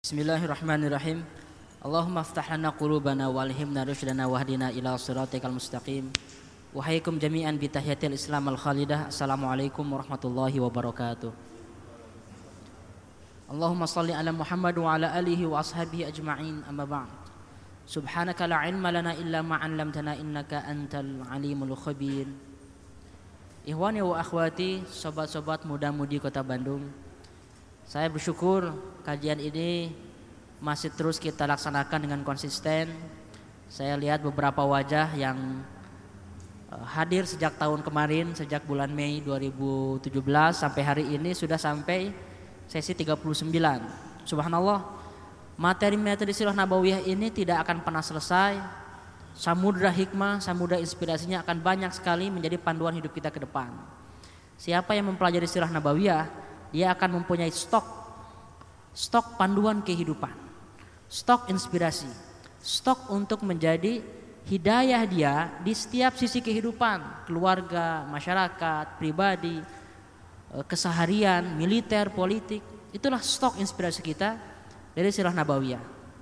Bismillahirrahmanirrahim. Allahumma aftah lana qulubana walhimna rusydana wahdina ila siratikal mustaqim. Wahaikum jami'an bi tahiyatil Islam al khalidah. Assalamualaikum warahmatullahi wabarakatuh. Allahumma shalli ala Muhammad wa ala alihi wa ashabihi ajma'in. Amma ba'd. Subhanaka la ilma lana illa ma 'allamtana innaka antal alimul khabir. Ikhwani wa akhwati, sobat-sobat muda-mudi Kota Bandung. Saya bersyukur kajian ini masih terus kita laksanakan dengan konsisten. Saya lihat beberapa wajah yang hadir sejak tahun kemarin, sejak bulan Mei 2017 sampai hari ini sudah sampai sesi 39. Subhanallah, materi-materi sirah nabawiyah ini tidak akan pernah selesai. Samudra hikmah, samudra inspirasinya akan banyak sekali menjadi panduan hidup kita ke depan. Siapa yang mempelajari sirah nabawiyah, dia akan mempunyai stok panduan kehidupan, stok inspirasi, stok untuk menjadi hidayah dia di setiap sisi kehidupan, keluarga, masyarakat, pribadi, keseharian, militer, politik. Itulah stok inspirasi kita dari sirah nabawiyah.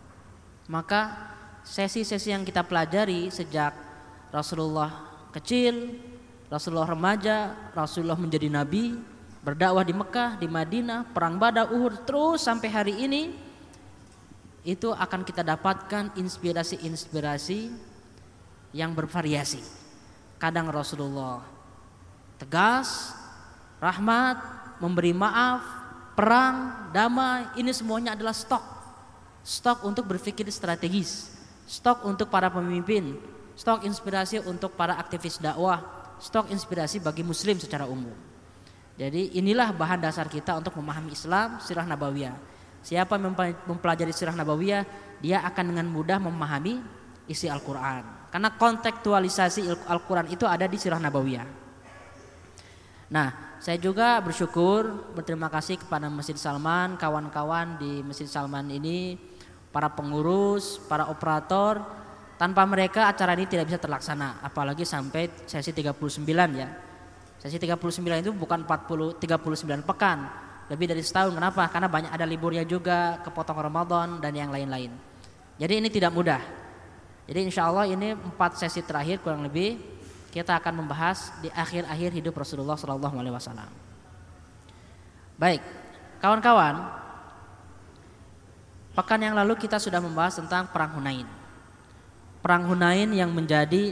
Maka sesi-sesi yang kita pelajari sejak Rasulullah kecil, Rasulullah remaja, Rasulullah menjadi nabi, berdakwah di Mekah, di Madinah, perang Badar, Uhud, terus sampai hari ini, itu akan kita dapatkan inspirasi-inspirasi yang bervariasi. Kadang Rasulullah tegas, rahmat, memberi maaf, perang, damai, ini semuanya adalah stok untuk berpikir strategis, stok untuk para pemimpin, stok inspirasi untuk para aktivis dakwah, stok inspirasi bagi muslim secara umum. Jadi inilah bahan dasar kita untuk memahami Islam, sirah nabawiyah. Siapa mempelajari sirah nabawiyah, dia akan dengan mudah memahami isi Al-Quran. Karena kontekstualisasi Al-Quran itu ada di sirah nabawiyah. Nah, saya juga berterima kasih kepada Masjid Salman, kawan-kawan di Masjid Salman ini, para pengurus, para operator. Tanpa mereka acara ini tidak bisa terlaksana, apalagi sampai sesi 39 ya. Sesi 39 itu bukan 39 pekan, lebih dari setahun. Kenapa? Karena banyak ada liburnya juga, kepotong Ramadan dan yang lain-lain. Jadi ini tidak mudah. Jadi insya Allah ini 4 sesi terakhir kurang lebih kita akan membahas di akhir-akhir hidup Rasulullah SAW. Baik, kawan-kawan, pekan yang lalu kita sudah membahas tentang Perang Hunain. Perang Hunain yang menjadi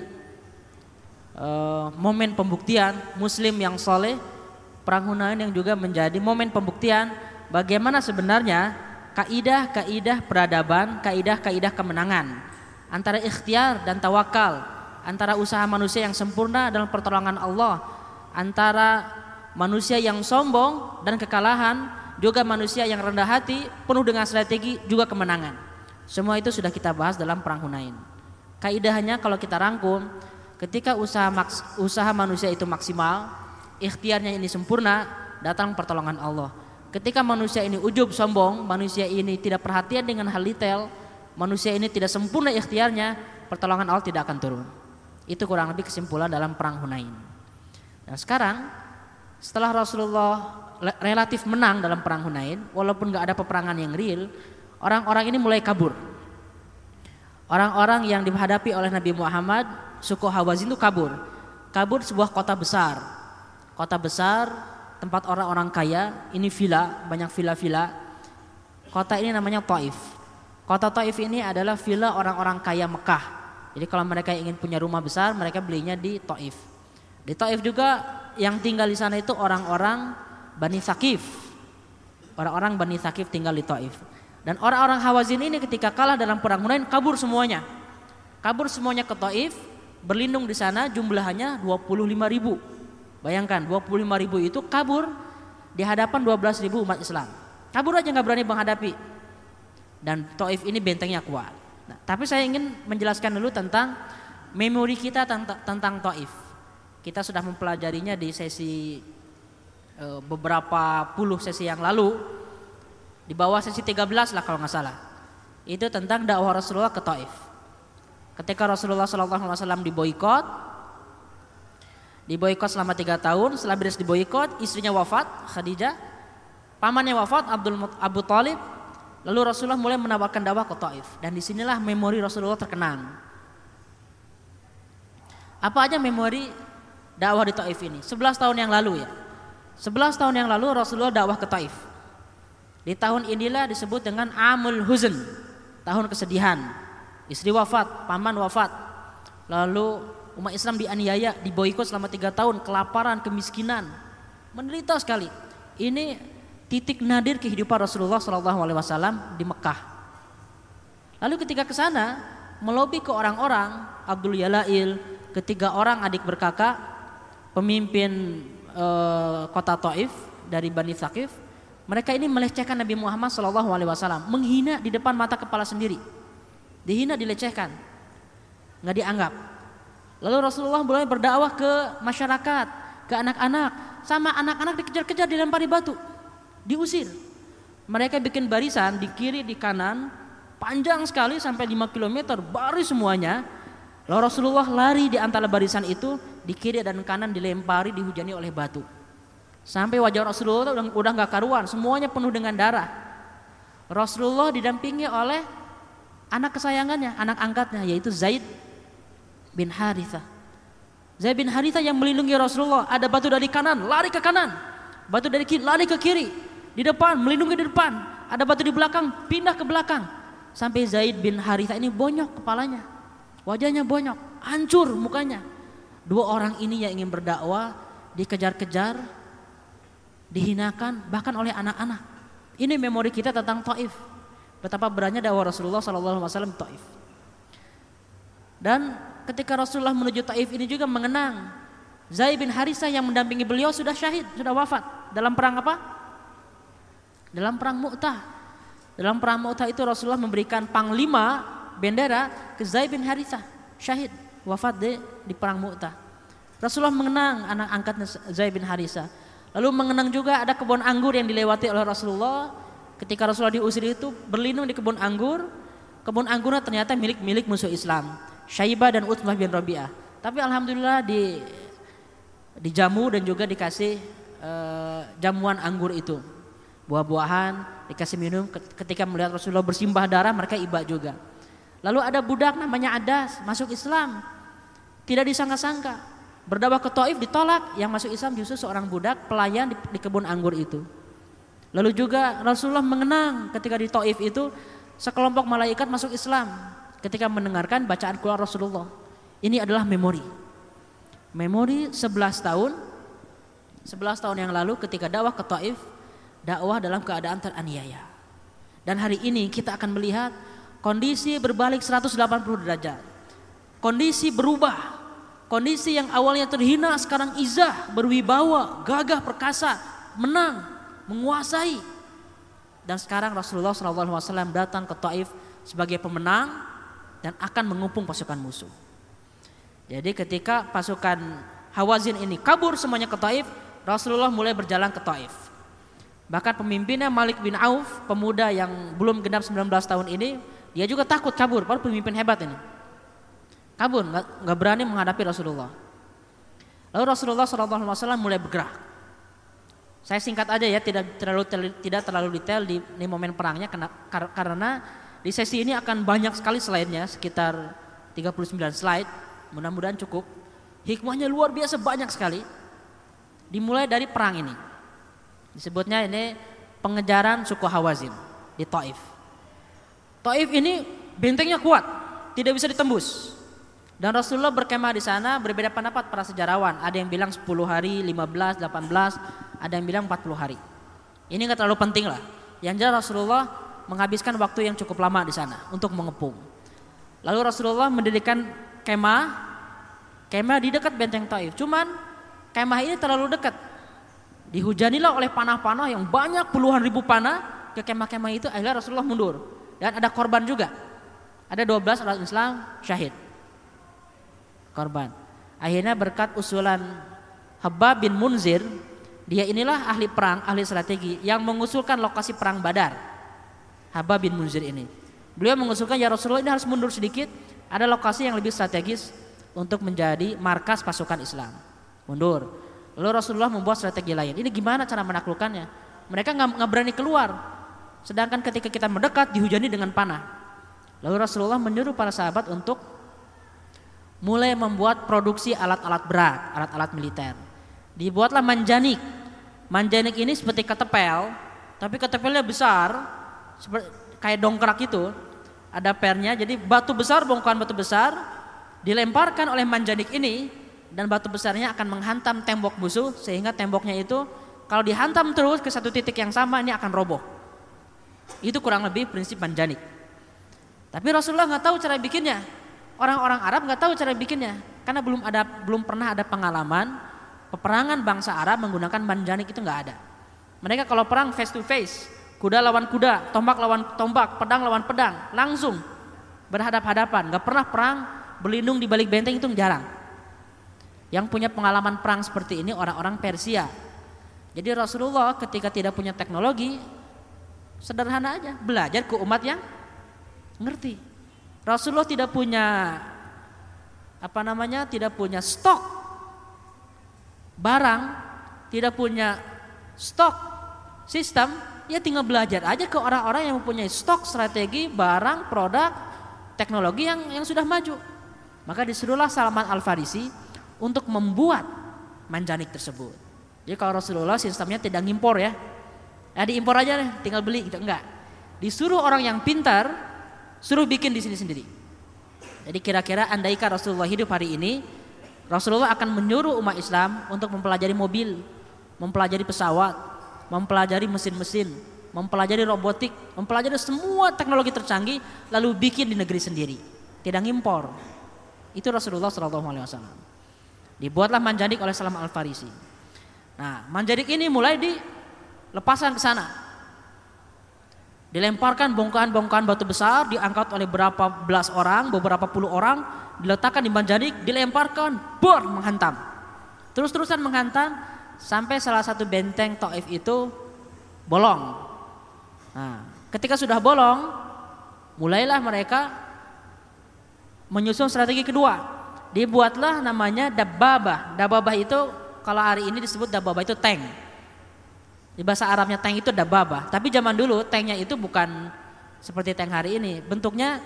momen pembuktian muslim yang soleh, Perang Hunain yang juga menjadi momen pembuktian bagaimana sebenarnya kaidah-kaidah peradaban, kaidah-kaidah kemenangan antara ikhtiar dan tawakal, antara usaha manusia yang sempurna dalam pertolongan Allah, antara manusia yang sombong dan kekalahan, juga manusia yang rendah hati penuh dengan strategi juga kemenangan. Semua itu sudah kita bahas dalam Perang Hunain. Kaidahnya kalau kita rangkum, ketika usaha manusia itu maksimal, ikhtiarnya ini sempurna, datang pertolongan Allah. Ketika manusia ini ujub, sombong, manusia ini tidak perhatian dengan hal detail, manusia ini tidak sempurna ikhtiarnya, pertolongan Allah tidak akan turun. Itu kurang lebih kesimpulan dalam Perang Hunain. Nah sekarang, setelah Rasulullah relatif menang dalam Perang Hunain, walaupun gak ada peperangan yang real, orang-orang ini mulai kabur. Orang-orang yang dihadapi oleh Nabi Muhammad, suku Hawazin itu kabur sebuah kota besar, tempat orang-orang kaya, ini villa, banyak villa-villa. Kota ini namanya Taif. Kota Taif ini adalah villa orang-orang kaya Mekah. Jadi kalau mereka ingin punya rumah besar, mereka belinya di Taif. Di Taif juga yang tinggal di sana itu orang-orang Bani Thaqif. Orang-orang Bani Thaqif tinggal di Taif. Dan orang-orang Hawazin ini ketika kalah dalam Perang Hunain kabur semuanya ke Taif, berlindung di sana, jumlahnya 25.000. Bayangkan 25.000 itu kabur di hadapan 12.000 umat Islam. Kabur aja nggak berani menghadapi. Dan Taif ini bentengnya kuat. Nah, tapi saya ingin menjelaskan dulu tentang memori kita tentang Taif. Kita sudah mempelajarinya di sesi beberapa puluh sesi yang lalu. Di bawah sesi 13 lah kalau nggak salah. Itu tentang dakwah Rasulullah ke Taif. Ketika Rasulullah SAW diboikot selama 3 tahun. Setelah beres diboikot, istrinya wafat, Khadijah. Pamannya wafat, Abu Thalib. Lalu Rasulullah mulai menawarkan dakwah ke Taif, dan disinilah memori Rasulullah terkenang. Apa aja memori dakwah di Taif ini? 11 tahun yang lalu ya. 11 tahun yang lalu Rasulullah dakwah ke Taif. Di tahun inilah disebut dengan Amul Huzn, tahun kesedihan. Istri wafat, paman wafat. Lalu umat Islam dianiaya, diboikot selama 3 tahun, kelaparan, kemiskinan, menderita sekali. Ini titik nadir kehidupan Rasulullah SAW di Mekah. Lalu ketika ke sana, melobi ke orang-orang, Abdul Yalail, ketiga orang adik berkakak, pemimpin kota Taif dari Bani Thaqif, mereka ini melecehkan Nabi Muhammad SAW, menghina di depan mata kepala sendiri, dihina, dilecehkan, nggak dianggap. Lalu Rasulullah mulai berdakwah ke masyarakat, ke anak-anak, sama anak-anak dikejar-kejar, dilempari batu, diusir. Mereka bikin barisan di kiri, di kanan, panjang sekali sampai 5 km, baris semuanya. Lalu Rasulullah lari di antara barisan itu, di kiri dan kanan dilempari, dihujani oleh batu. Sampai wajah Rasulullah udah nggak karuan, semuanya penuh dengan darah. Rasulullah didampingi oleh anak kesayangannya, anak angkatnya, yaitu Zaid bin Harithah. Zaid bin Harithah yang melindungi Rasulullah. Ada batu dari kanan, lari ke kanan. Batu dari kiri, lari ke kiri. Di depan, melindungi di depan. Ada batu di belakang, pindah ke belakang. Sampai Zaid bin Harithah ini bonyok kepalanya, wajahnya bonyok, hancur mukanya. 2 orang ini yang ingin berdakwah dikejar-kejar, dihinakan, bahkan oleh anak-anak. Ini memori kita tentang Taif. Betapa beratnya dakwah Rasulullah SAW di Taif. Dan ketika Rasulullah menuju Taif ini juga mengenang Zaid bin Harithah yang mendampingi beliau sudah syahid, sudah wafat dalam perang apa? Dalam perang Mu'tah. Dalam perang Mu'tah itu Rasulullah memberikan panglima bendera ke Zaid bin Harithah, syahid, wafat di perang Mu'tah. Rasulullah mengenang anak angkatnya Zaid bin Harithah. Lalu mengenang juga ada kebun anggur yang dilewati oleh Rasulullah. Ketika Rasulullah diusir itu berlindung di kebun anggur. Kebun anggurnya ternyata milik musuh Islam, Syaibah dan Utbah bin Rabi'ah. Tapi alhamdulillah dijamu dan juga dikasih jamuan anggur itu, buah-buahan, dikasih minum. Ketika melihat Rasulullah bersimbah darah, mereka iba juga. Lalu ada budak namanya Adas masuk Islam, tidak disangka-sangka. Berdakwah ke Taif ditolak, yang masuk Islam justru seorang budak pelayan di kebun anggur itu. Lalu juga Rasulullah mengenang ketika di Taif itu sekelompok malaikat masuk Islam ketika mendengarkan bacaan Quran Rasulullah. Ini adalah memori 11 tahun yang lalu ketika dakwah ke Taif, dakwah dalam keadaan teraniaya. Dan hari ini kita akan melihat kondisi berbalik 180 derajat. Kondisi berubah. Kondisi yang awalnya terhina sekarang izah, berwibawa, gagah perkasa, menang, menguasai. Dan sekarang Rasulullah SAW datang ke Taif sebagai pemenang dan akan mengepung pasukan musuh. Jadi ketika pasukan Hawazin ini kabur semuanya ke Taif, Rasulullah mulai berjalan ke Taif. Bahkan pemimpinnya Malik bin Auf, pemuda yang belum genap 19 tahun ini, dia juga takut kabur, padahal pemimpin hebat ini. Kabur, nggak berani menghadapi Rasulullah. Lalu Rasulullah SAW mulai bergerak. Saya singkat aja ya, tidak terlalu detail di momen perangnya, karena di sesi ini akan banyak sekali slide-nya, sekitar 39 slide. Mudah-mudahan cukup. Hikmahnya luar biasa banyak sekali. Dimulai dari perang ini. Disebutnya ini pengejaran suku Hawazin di Taif. Taif ini bentengnya kuat, tidak bisa ditembus. Dan Rasulullah berkemah di sana. Berbeda pendapat para sejarawan. Ada yang bilang 10 hari, 15, 18, ada yang bilang 40 hari. Ini nggak terlalu penting lah. Yang jelas Rasulullah menghabiskan waktu yang cukup lama di sana untuk mengepung. Lalu Rasulullah mendirikan kemah di dekat benteng Taif. Cuman kemah ini terlalu dekat. Dihujanilah oleh panah-panah yang banyak, puluhan ribu panah ke kemah-kemah itu. Akhirnya Rasulullah mundur. Dan ada korban juga. Ada 12 orang Islam syahid. Korban. Akhirnya berkat usulan Habab bin Munzir, dia inilah ahli perang, ahli strategi yang mengusulkan lokasi perang Badar. Habab bin Munzir ini, beliau mengusulkan, ya Rasulullah, ini harus mundur sedikit, ada lokasi yang lebih strategis untuk menjadi markas pasukan Islam. Mundur. Lalu Rasulullah membuat strategi lain. Ini gimana cara menaklukkannya? Mereka nggak berani keluar. Sedangkan ketika kita mendekat dihujani dengan panah. Lalu Rasulullah menyuruh para sahabat untuk mulai membuat produksi alat-alat berat, alat-alat militer. Dibuatlah manjanik. Manjanik ini seperti ketepel, tapi ketepelnya besar, seperti kayak dongkrak itu. Ada pernya, jadi batu besar, bongkahan batu besar dilemparkan oleh manjanik ini, dan batu besarnya akan menghantam tembok musuh, sehingga temboknya itu kalau dihantam terus ke satu titik yang sama ini akan roboh. Itu kurang lebih prinsip manjanik. Tapi Rasulullah nggak tahu cara bikinnya. Orang-orang Arab nggak tahu cara bikinnya, karena belum pernah ada pengalaman peperangan bangsa Arab menggunakan manjanik, itu nggak ada. Mereka kalau perang face to face, kuda lawan kuda, tombak lawan tombak, pedang lawan pedang, langsung berhadap-hadapan. Nggak pernah perang berlindung di balik benteng, itu jarang. Yang punya pengalaman perang seperti ini orang-orang Persia. Jadi Rasulullah ketika tidak punya teknologi, sederhana aja, belajar ke umat yang ngerti. Rasulullah tidak punya tidak punya stok barang, tidak punya stok sistem, ya tinggal belajar aja ke orang-orang yang mempunyai stok strategi, barang, produk, teknologi yang sudah maju. Maka disuruhlah Salman Al-Farisi untuk membuat manjanik tersebut. Jadi kalau Rasulullah sistemnya tidak ngimpor ya, diimpor aja deh, tinggal beli gitu, enggak. Disuruh orang yang pintar, suruh bikin di sini sendiri. Jadi kira-kira andaikan Rasulullah hidup hari ini, Rasulullah akan menyuruh umat Islam untuk mempelajari mobil, mempelajari pesawat, mempelajari mesin-mesin, mempelajari robotik, mempelajari semua teknologi tercanggih, lalu bikin di negeri sendiri, tidak ngimpor. Itu Rasulullah SAW. Dibuatlah manjanik oleh Salman Al-Farisi. Nah, manjanik ini mulai dilepaskan ke sana. Dilemparkan bongkahan-bongkahan batu besar, diangkat oleh berapa belas orang, beberapa puluh orang, diletakkan di manjanik, dilemparkan, bor, menghantam. Terus-terusan menghantam sampai salah satu benteng Taif itu bolong. Nah, ketika sudah bolong, mulailah mereka menyusun strategi kedua. Dibuatlah namanya dabbabah. Dabbabah itu kalau hari ini disebut dabbabah itu tank. Di bahasa Arabnya tank itu dabbabah. Tapi zaman dulu tanknya itu bukan seperti tank hari ini. Bentuknya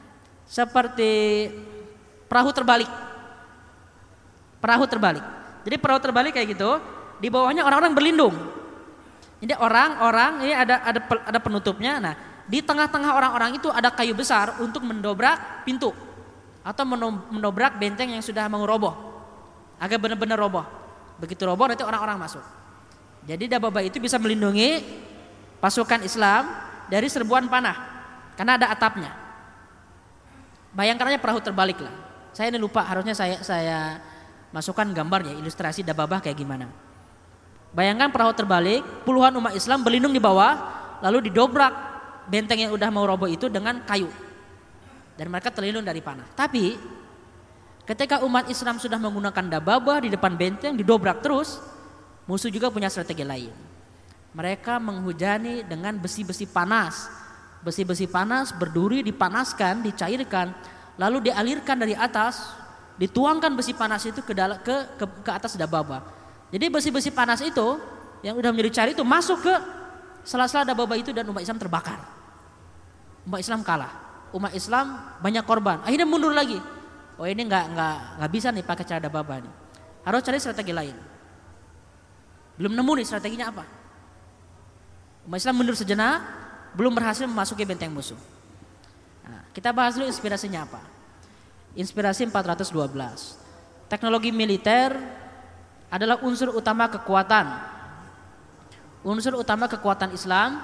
seperti perahu terbalik. Perahu terbalik. Jadi perahu terbalik kayak gitu. Di bawahnya orang-orang berlindung. Jadi orang-orang ini ada penutupnya. Nah, di tengah-tengah orang-orang itu ada kayu besar untuk mendobrak pintu atau mendobrak benteng yang sudah mau roboh. Agar benar-benar roboh. Begitu roboh nanti orang-orang masuk. Jadi dabbabah itu bisa melindungi pasukan Islam dari serbuan panah karena ada atapnya. Bayangkan aja perahu terbalik lah. Saya ini lupa, harusnya saya masukkan gambarnya, ilustrasi dabbabah kayak gimana. Bayangkan perahu terbalik, puluhan umat Islam berlindung di bawah, lalu didobrak benteng yang udah mau roboh itu dengan kayu. Dan mereka terlindung dari panah. Tapi ketika umat Islam sudah menggunakan dabbabah di depan benteng, didobrak terus, musuh juga punya strategi lain. Mereka menghujani dengan besi-besi panas. Besi-besi panas berduri dipanaskan, dicairkan, lalu dialirkan dari atas, dituangkan besi panas itu ke atas dabbabah. Jadi besi-besi panas itu yang udah menjadi cair itu masuk ke sela-sela dabbabah itu dan umat Islam terbakar. Umat Islam kalah. Umat Islam banyak korban. Akhirnya mundur lagi. Oh ini nggak bisa nih pakai cara dabbabah nih. Harus cari strategi lain. Belum nemu nih strateginya apa. Umat Islam mundur sejenak, belum berhasil memasuki benteng musuh. Nah, kita bahas dulu inspirasinya apa. Inspirasi 412. Teknologi militer adalah unsur utama kekuatan. Unsur utama kekuatan Islam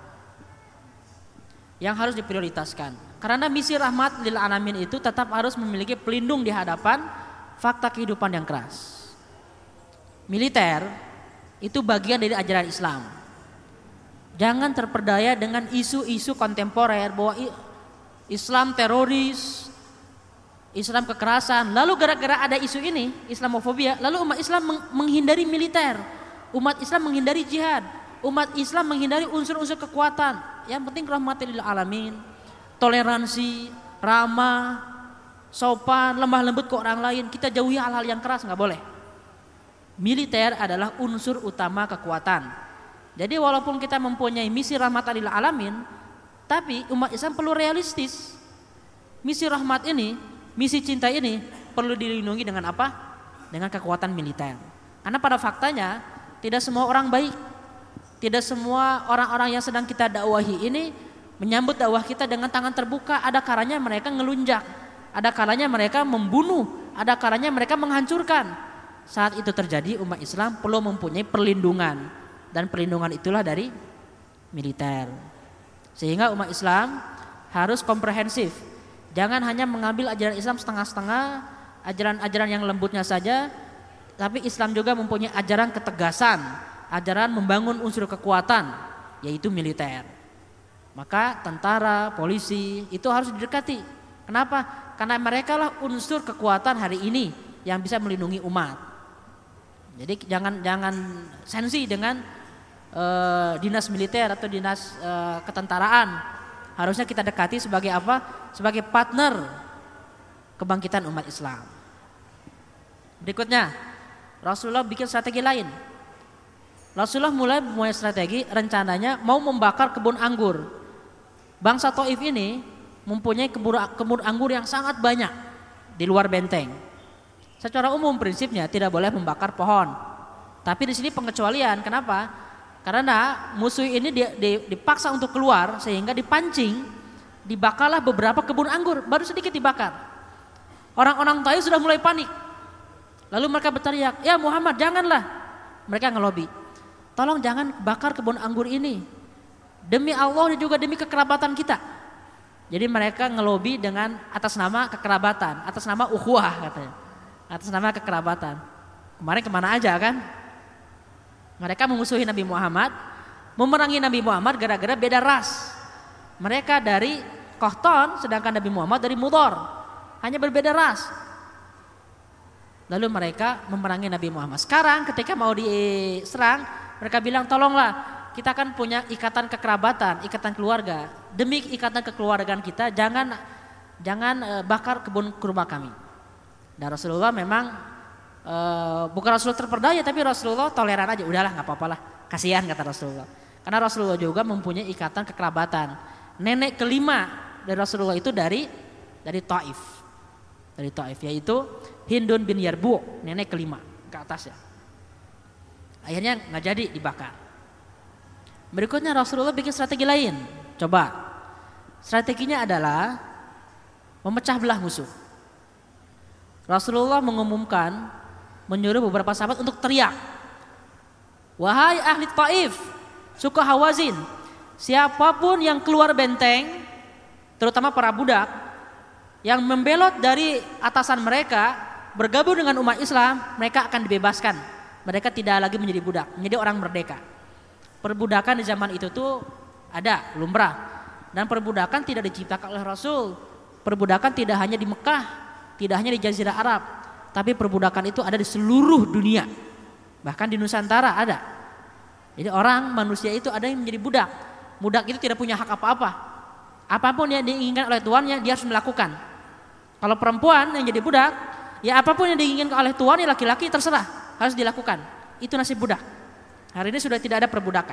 yang harus diprioritaskan. Karena misi rahmat lil alamin itu tetap harus memiliki pelindung di hadapan fakta kehidupan yang keras. Militer itu bagian dari ajaran Islam. Jangan terperdaya dengan isu-isu kontemporer bahwa Islam teroris, Islam kekerasan. Lalu gara-gara ada isu ini, Islamofobia, lalu umat Islam menghindari militer. Umat Islam menghindari jihad. Umat Islam menghindari unsur-unsur kekuatan. Yang penting rahmatil lil alamin, toleransi, ramah, sopan, lemah lembut ke orang lain. Kita jauhi hal-hal yang keras, nggak boleh. Militer adalah unsur utama kekuatan. Jadi walaupun kita mempunyai misi rahmatan lil alamin, tapi umat Islam perlu realistis. Misi rahmat ini, misi cinta ini perlu dilindungi dengan apa? Dengan kekuatan militer. Karena pada faktanya tidak semua orang baik, tidak semua orang-orang yang sedang kita dakwahi ini menyambut dakwah kita dengan tangan terbuka. Ada kalanya mereka ngelunjak, ada kalanya mereka membunuh, ada kalanya mereka menghancurkan. Saat itu terjadi, umat Islam perlu mempunyai perlindungan, dan perlindungan itulah dari militer. Sehingga umat Islam harus komprehensif. Jangan hanya mengambil ajaran Islam setengah-setengah, ajaran-ajaran yang lembutnya saja, tapi Islam juga mempunyai ajaran ketegasan, ajaran membangun unsur kekuatan, yaitu militer. Maka tentara, polisi itu harus didekati. Kenapa? Karena mereka lah unsur kekuatan hari ini yang bisa melindungi umat. Jadi jangan sensi dengan dinas militer atau dinas ketentaraan. Harusnya kita dekati sebagai apa? Sebagai partner kebangkitan umat Islam. Berikutnya, Rasulullah bikin strategi lain. Rasulullah mulai strategi, rencananya mau membakar kebun anggur. Bangsa Taif ini mempunyai kebun anggur yang sangat banyak di luar benteng. Secara umum prinsipnya tidak boleh membakar pohon. Tapi di sini pengecualian. Kenapa? Karena musuh ini dipaksa untuk keluar, sehingga dipancing, dibakarlah beberapa kebun anggur, baru sedikit dibakar. Orang-orang Taif sudah mulai panik. Lalu mereka berteriak, "Ya Muhammad, janganlah." Mereka ngelobi, "Tolong jangan bakar kebun anggur ini. Demi Allah dan juga demi kekerabatan kita." Jadi mereka ngelobi dengan atas nama kekerabatan, atas nama ukhuwah katanya. Atas nama kekerabatan. Kemarin kemana aja kan? Mereka memusuhi Nabi Muhammad, memerangi Nabi Muhammad gara-gara beda ras. Mereka dari Qahtan, sedangkan Nabi Muhammad dari Mudhar. Hanya berbeda ras. Lalu mereka memerangi Nabi Muhammad. Sekarang ketika mau diserang, mereka bilang, "Tolonglah, kita kan punya ikatan kekerabatan, ikatan keluarga. Demi ikatan kekeluargaan kita, jangan bakar kebun kurma kami." Dan Rasulullah memang bukan Rasulullah terperdaya, tapi Rasulullah toleran aja, udahlah nggak apa-apalah, kasihan kata Rasulullah. Karena Rasulullah juga mempunyai ikatan kekerabatan. Nenek kelima dari Rasulullah itu dari Taif, yaitu Hindun bin Yarbu, nenek kelima ke atas ya. Akhirnya nggak jadi dibakar. Berikutnya Rasulullah bikin strategi lain. Coba, strateginya adalah memecah belah musuh. Rasulullah mengumumkan, menyuruh beberapa sahabat untuk teriak, "Wahai ahli Taif, suku Hawazin, siapapun yang keluar benteng, terutama para budak, yang membelot dari atasan mereka, bergabung dengan umat Islam, mereka akan dibebaskan. Mereka tidak lagi menjadi budak, menjadi orang merdeka." Perbudakan di zaman itu tuh ada, lumrah. Dan perbudakan tidak diciptakan oleh Rasul. Perbudakan tidak hanya di Mekah, tidak hanya di Jazirah Arab, tapi perbudakan itu ada di seluruh dunia. Bahkan di Nusantara ada. Jadi manusia itu ada yang menjadi budak. Budak itu tidak punya hak apa-apa. Apapun yang diinginkan oleh tuannya, dia harus melakukan. Kalau perempuan yang jadi budak, ya apapun yang diinginkan oleh tuannya, laki-laki terserah, harus dilakukan. Itu nasib budak. Hari ini sudah tidak ada perbudakan.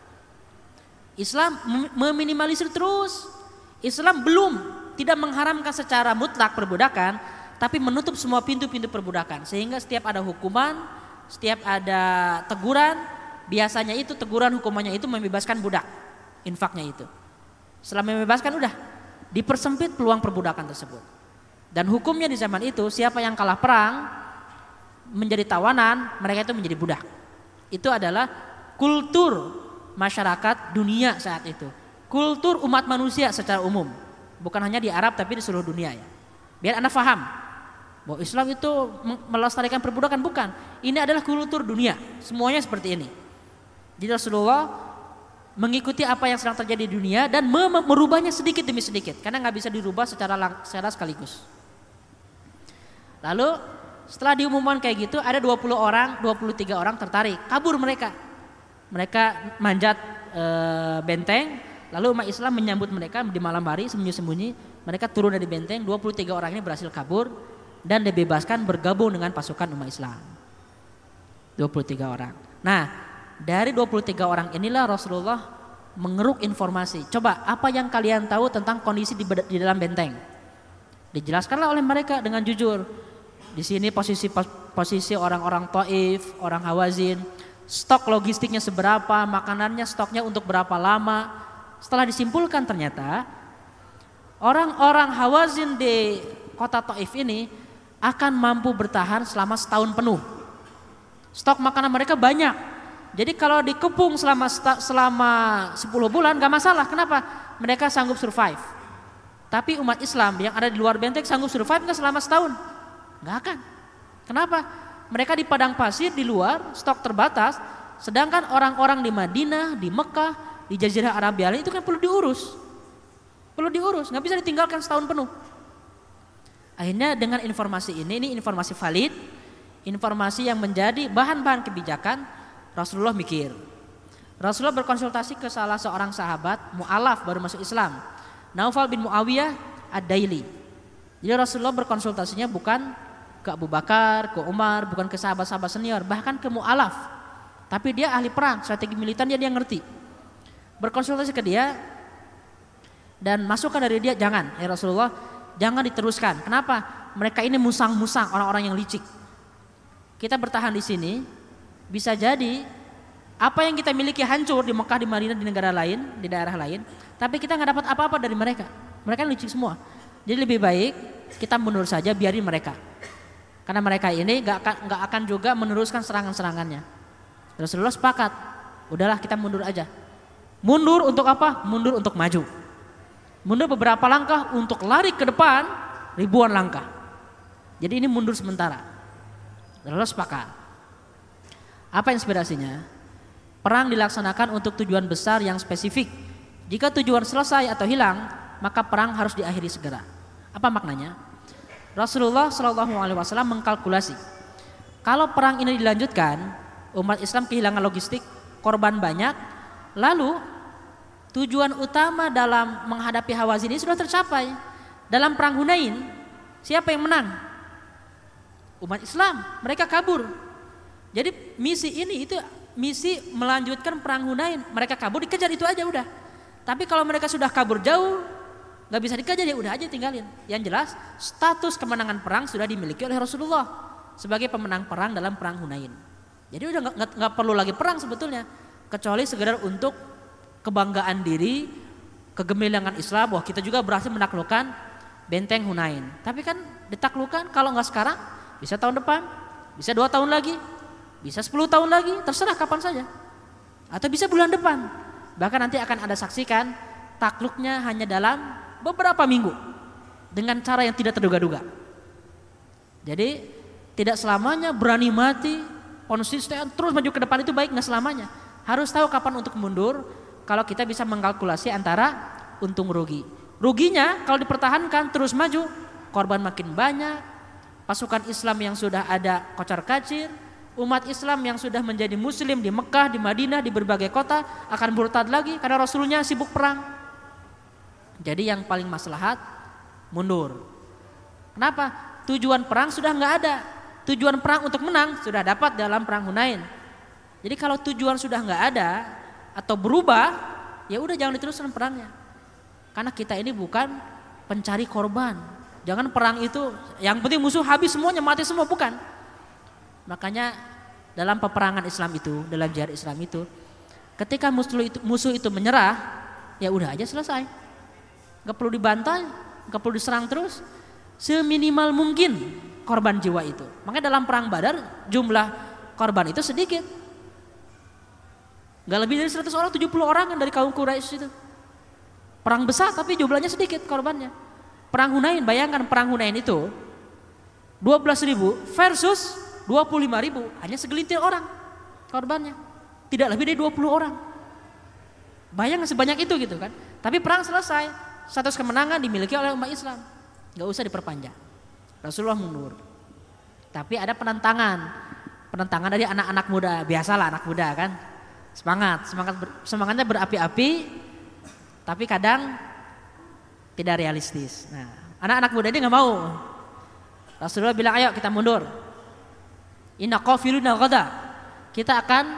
Islam meminimalisir terus. Islam tidak mengharamkan secara mutlak perbudakan, tapi menutup semua pintu-pintu perbudakan. Sehingga setiap ada hukuman, setiap ada teguran, biasanya itu teguran hukumannya itu membebaskan budak, infaknya itu. Setelah membebaskan udah dipersempit peluang perbudakan tersebut. Dan hukumnya di zaman itu, siapa yang kalah perang menjadi tawanan, mereka itu menjadi budak. Itu adalah kultur masyarakat dunia saat itu. Kultur umat manusia secara umum. Bukan hanya di Arab tapi di seluruh dunia ya. Biar Anda paham bahwa Islam itu melestarikan perbudakan, bukan. Ini adalah kultur dunia, semuanya seperti ini. Jadi Rasulullah mengikuti apa yang sedang terjadi di dunia dan merubahnya sedikit demi sedikit, karena nggak bisa dirubah secara sekaligus. Lalu setelah diumumkan kayak gitu, ada 23 orang tertarik, kabur mereka. Mereka manjat benteng, lalu umat Islam menyambut mereka di malam hari sembunyi-sembunyi. Mereka turun dari benteng, 23 orang ini berhasil kabur dan dibebaskan bergabung dengan pasukan umat Islam. 23 orang. Nah, dari 23 orang inilah Rasulullah mengeruk informasi. Coba apa yang kalian tahu tentang kondisi di dalam benteng? Dijelaskanlah oleh mereka dengan jujur. Di sini posisi orang-orang Taif, orang Hawazin, stok logistiknya seberapa, makanannya stoknya untuk berapa lama. Setelah disimpulkan ternyata orang-orang Hawazin di kota Taif ini akan mampu bertahan selama setahun penuh. Stok makanan mereka banyak. Jadi kalau dikepung selama 10 bulan gak masalah. Kenapa? Mereka sanggup survive. Tapi umat Islam yang ada di luar benteng sanggup survive gak selama setahun? Gak akan. Kenapa? Mereka di padang pasir di luar, stok terbatas. Sedangkan orang-orang di Madinah, di Mekah, di Jazirah Arabia itu kan perlu diurus. Gak bisa ditinggalkan setahun penuh. Akhirnya dengan informasi ini informasi valid, informasi yang menjadi bahan-bahan kebijakan. Rasulullah mikir. Rasulullah berkonsultasi ke salah seorang sahabat mu'alaf baru masuk Islam, Naufal bin Muawiyah ad-Daili. Jadi Rasulullah berkonsultasinya bukan ke Abu Bakar, ke Umar, bukan ke sahabat-sahabat senior, bahkan ke mu'alaf. Tapi dia ahli perang, strategi militer dia ngerti. Berkonsultasi ke dia dan masukan dari dia, jangan ya Rasulullah, jangan diteruskan. Kenapa? Mereka ini musang-musang, orang-orang yang licik. Kita bertahan di sini. Bisa jadi apa yang kita miliki hancur di Mekah, di Madinah, di negara lain, di daerah lain, tapi kita nggak dapat apa-apa dari mereka. Mereka licik semua. Jadi lebih baik kita mundur saja, biarin mereka. Karena mereka ini nggak akan juga meneruskan serangan-serangannya. Rasulullah sepakat, udahlah kita mundur aja. Mundur untuk apa? Mundur untuk maju. Mundur beberapa langkah untuk lari ke depan ribuan langkah. Jadi ini mundur sementara. Rasulullah sepakat. Apa inspirasinya? Perang dilaksanakan untuk tujuan besar yang spesifik. Jika tujuan selesai atau hilang, maka perang harus diakhiri segera. Apa maknanya? Rasulullah SAW mengkalkulasi, kalau perang ini dilanjutkan, umat Islam kehilangan logistik, korban banyak, lalu tujuan utama dalam menghadapi Hawazin ini sudah tercapai. Dalam perang Hunain, siapa yang menang? Umat Islam, mereka kabur. Jadi misi ini itu misi melanjutkan perang Hunain. Mereka kabur, dikejar itu aja udah. Tapi kalau mereka sudah kabur jauh, nggak bisa dikejar, ya udah aja tinggalin. Yang jelas status kemenangan perang sudah dimiliki oleh Rasulullah sebagai pemenang perang dalam perang Hunain. Jadi udah nggak perlu lagi perang sebetulnya, kecuali sekedar untuk kebanggaan diri, kegemilangan Islam. Wah, kita juga berhasil menaklukkan benteng Hunain. Tapi kan ditaklukkan kalau nggak sekarang, bisa tahun depan, bisa 2 tahun lagi. Bisa 10 tahun lagi, terserah kapan saja. Atau bisa bulan depan. Bahkan nanti akan Anda saksikan takluknya hanya dalam beberapa minggu. Dengan cara yang tidak terduga-duga. Jadi tidak selamanya berani mati, konsisten terus maju ke depan itu baik, gak selamanya. Harus tahu kapan untuk mundur. Kalau kita bisa mengkalkulasi antara untung rugi. Ruginya kalau dipertahankan terus maju, korban makin banyak. Pasukan Islam yang sudah ada kocar kacir, umat Islam yang sudah menjadi muslim di Mekah, di Madinah, di berbagai kota akan murtad lagi karena Rasulnya sibuk perang. Jadi yang paling maslahat mundur. Kenapa? Tujuan perang sudah nggak ada. Tujuan perang untuk menang sudah dapat dalam perang Hunain. Jadi kalau tujuan sudah nggak ada atau berubah, ya udah jangan diteruskan perangnya. Karena kita ini bukan pencari korban. Jangan perang itu yang penting musuh habis semuanya, mati semua, bukan. Makanya dalam peperangan Islam itu, dalam jihad Islam itu, ketika musuh itu menyerah, ya udah aja selesai. Gak perlu dibantai, gak perlu diserang terus. Seminimal mungkin korban jiwa itu. Makanya dalam perang Badar jumlah korban itu sedikit. Gak lebih dari 100 orang, 70 orang kan dari kaum Quraisy itu. Perang besar tapi jumlahnya sedikit korbannya. Perang Hunain, bayangkan perang Hunain itu 12.000 versus 25.000, hanya segelintir orang korbannya, tidak lebih dari 20 orang. Bayangkan sebanyak itu gitu kan. Tapi perang selesai, status kemenangan dimiliki oleh umat Islam, nggak usah diperpanjang. Rasulullah mundur. Tapi ada penentangan dari anak-anak muda, biasalah anak muda kan, semangatnya berapi-api, tapi kadang tidak realistis. Nah, anak-anak muda ini nggak mau. Rasulullah bilang, ayo kita mundur. Inna qafiluna ghada. Kita akan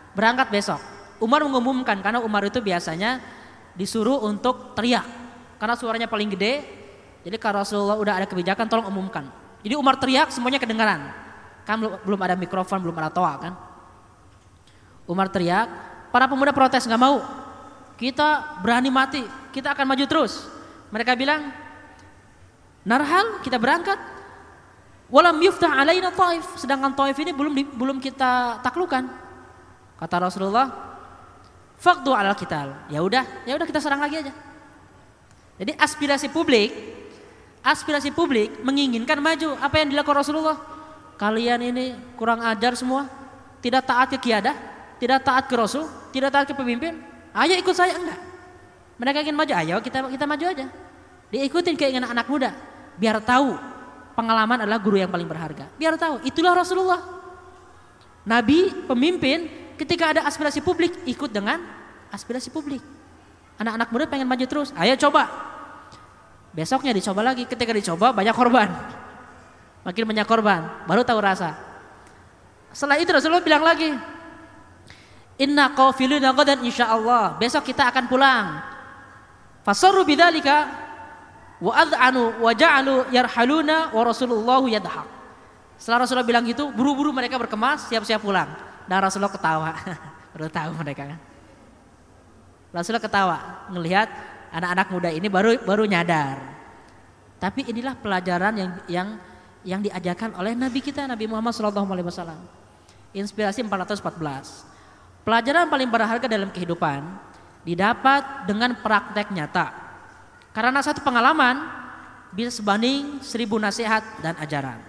berangkat besok. Umar mengumumkan karena Umar itu biasanya disuruh untuk teriak karena suaranya paling gede. Jadi kalau Rasulullah udah ada kebijakan tolong umumkan. Jadi Umar teriak semuanya kedengaran. Kan belum ada mikrofon, belum ada toa kan. Umar teriak, para pemuda protes, nggak mau. Kita berani mati, kita akan maju terus. Mereka bilang, narhal, kita berangkat. Walam yuftah alaina Taif, sedangkan Taif ini belum kita taklukan. Kata Rasulullah, faqdu alal qital. Ya udah kita serang lagi aja. Jadi aspirasi publik menginginkan maju. Apa yang dilakukan Rasulullah? Kalian ini kurang ajar semua, tidak taat ke kiadah, tidak taat ke Rasul, tidak taat ke pemimpin. Ayo ikut saya, enggak. Mereka ingin maju, ayo kita maju aja. Diikutin keinginan anak muda, biar tahu pengalaman adalah guru yang paling berharga. Biar tahu, itulah Rasulullah. Nabi, pemimpin, ketika ada aspirasi publik, ikut dengan aspirasi publik. Anak-anak muda pengen maju terus, ayo coba. Besoknya dicoba lagi, ketika dicoba banyak korban. Makin banyak korban, baru tahu rasa. Setelah itu Rasulullah bilang lagi, inna qafiluna ghadan insyaallah, besok kita akan pulang. Fasarru bidzalika wa ad'anu wa ja'alu yarhaluna wa Rasulullah yadhak. Setelah Rasulullah bilang gitu, buru-buru mereka berkemas, siap-siap pulang. Dan Rasulullah ketawa. Baru tahu mereka kan. Rasulullah ketawa ngelihat anak-anak muda ini baru nyadar. Tapi inilah pelajaran yang diajarkan oleh Nabi kita, Nabi Muhammad SAW. Inspirasi 414. Pelajaran paling berharga dalam kehidupan didapat dengan praktek nyata. Karena satu pengalaman bisa sebanding 1000 nasihat dan ajaran.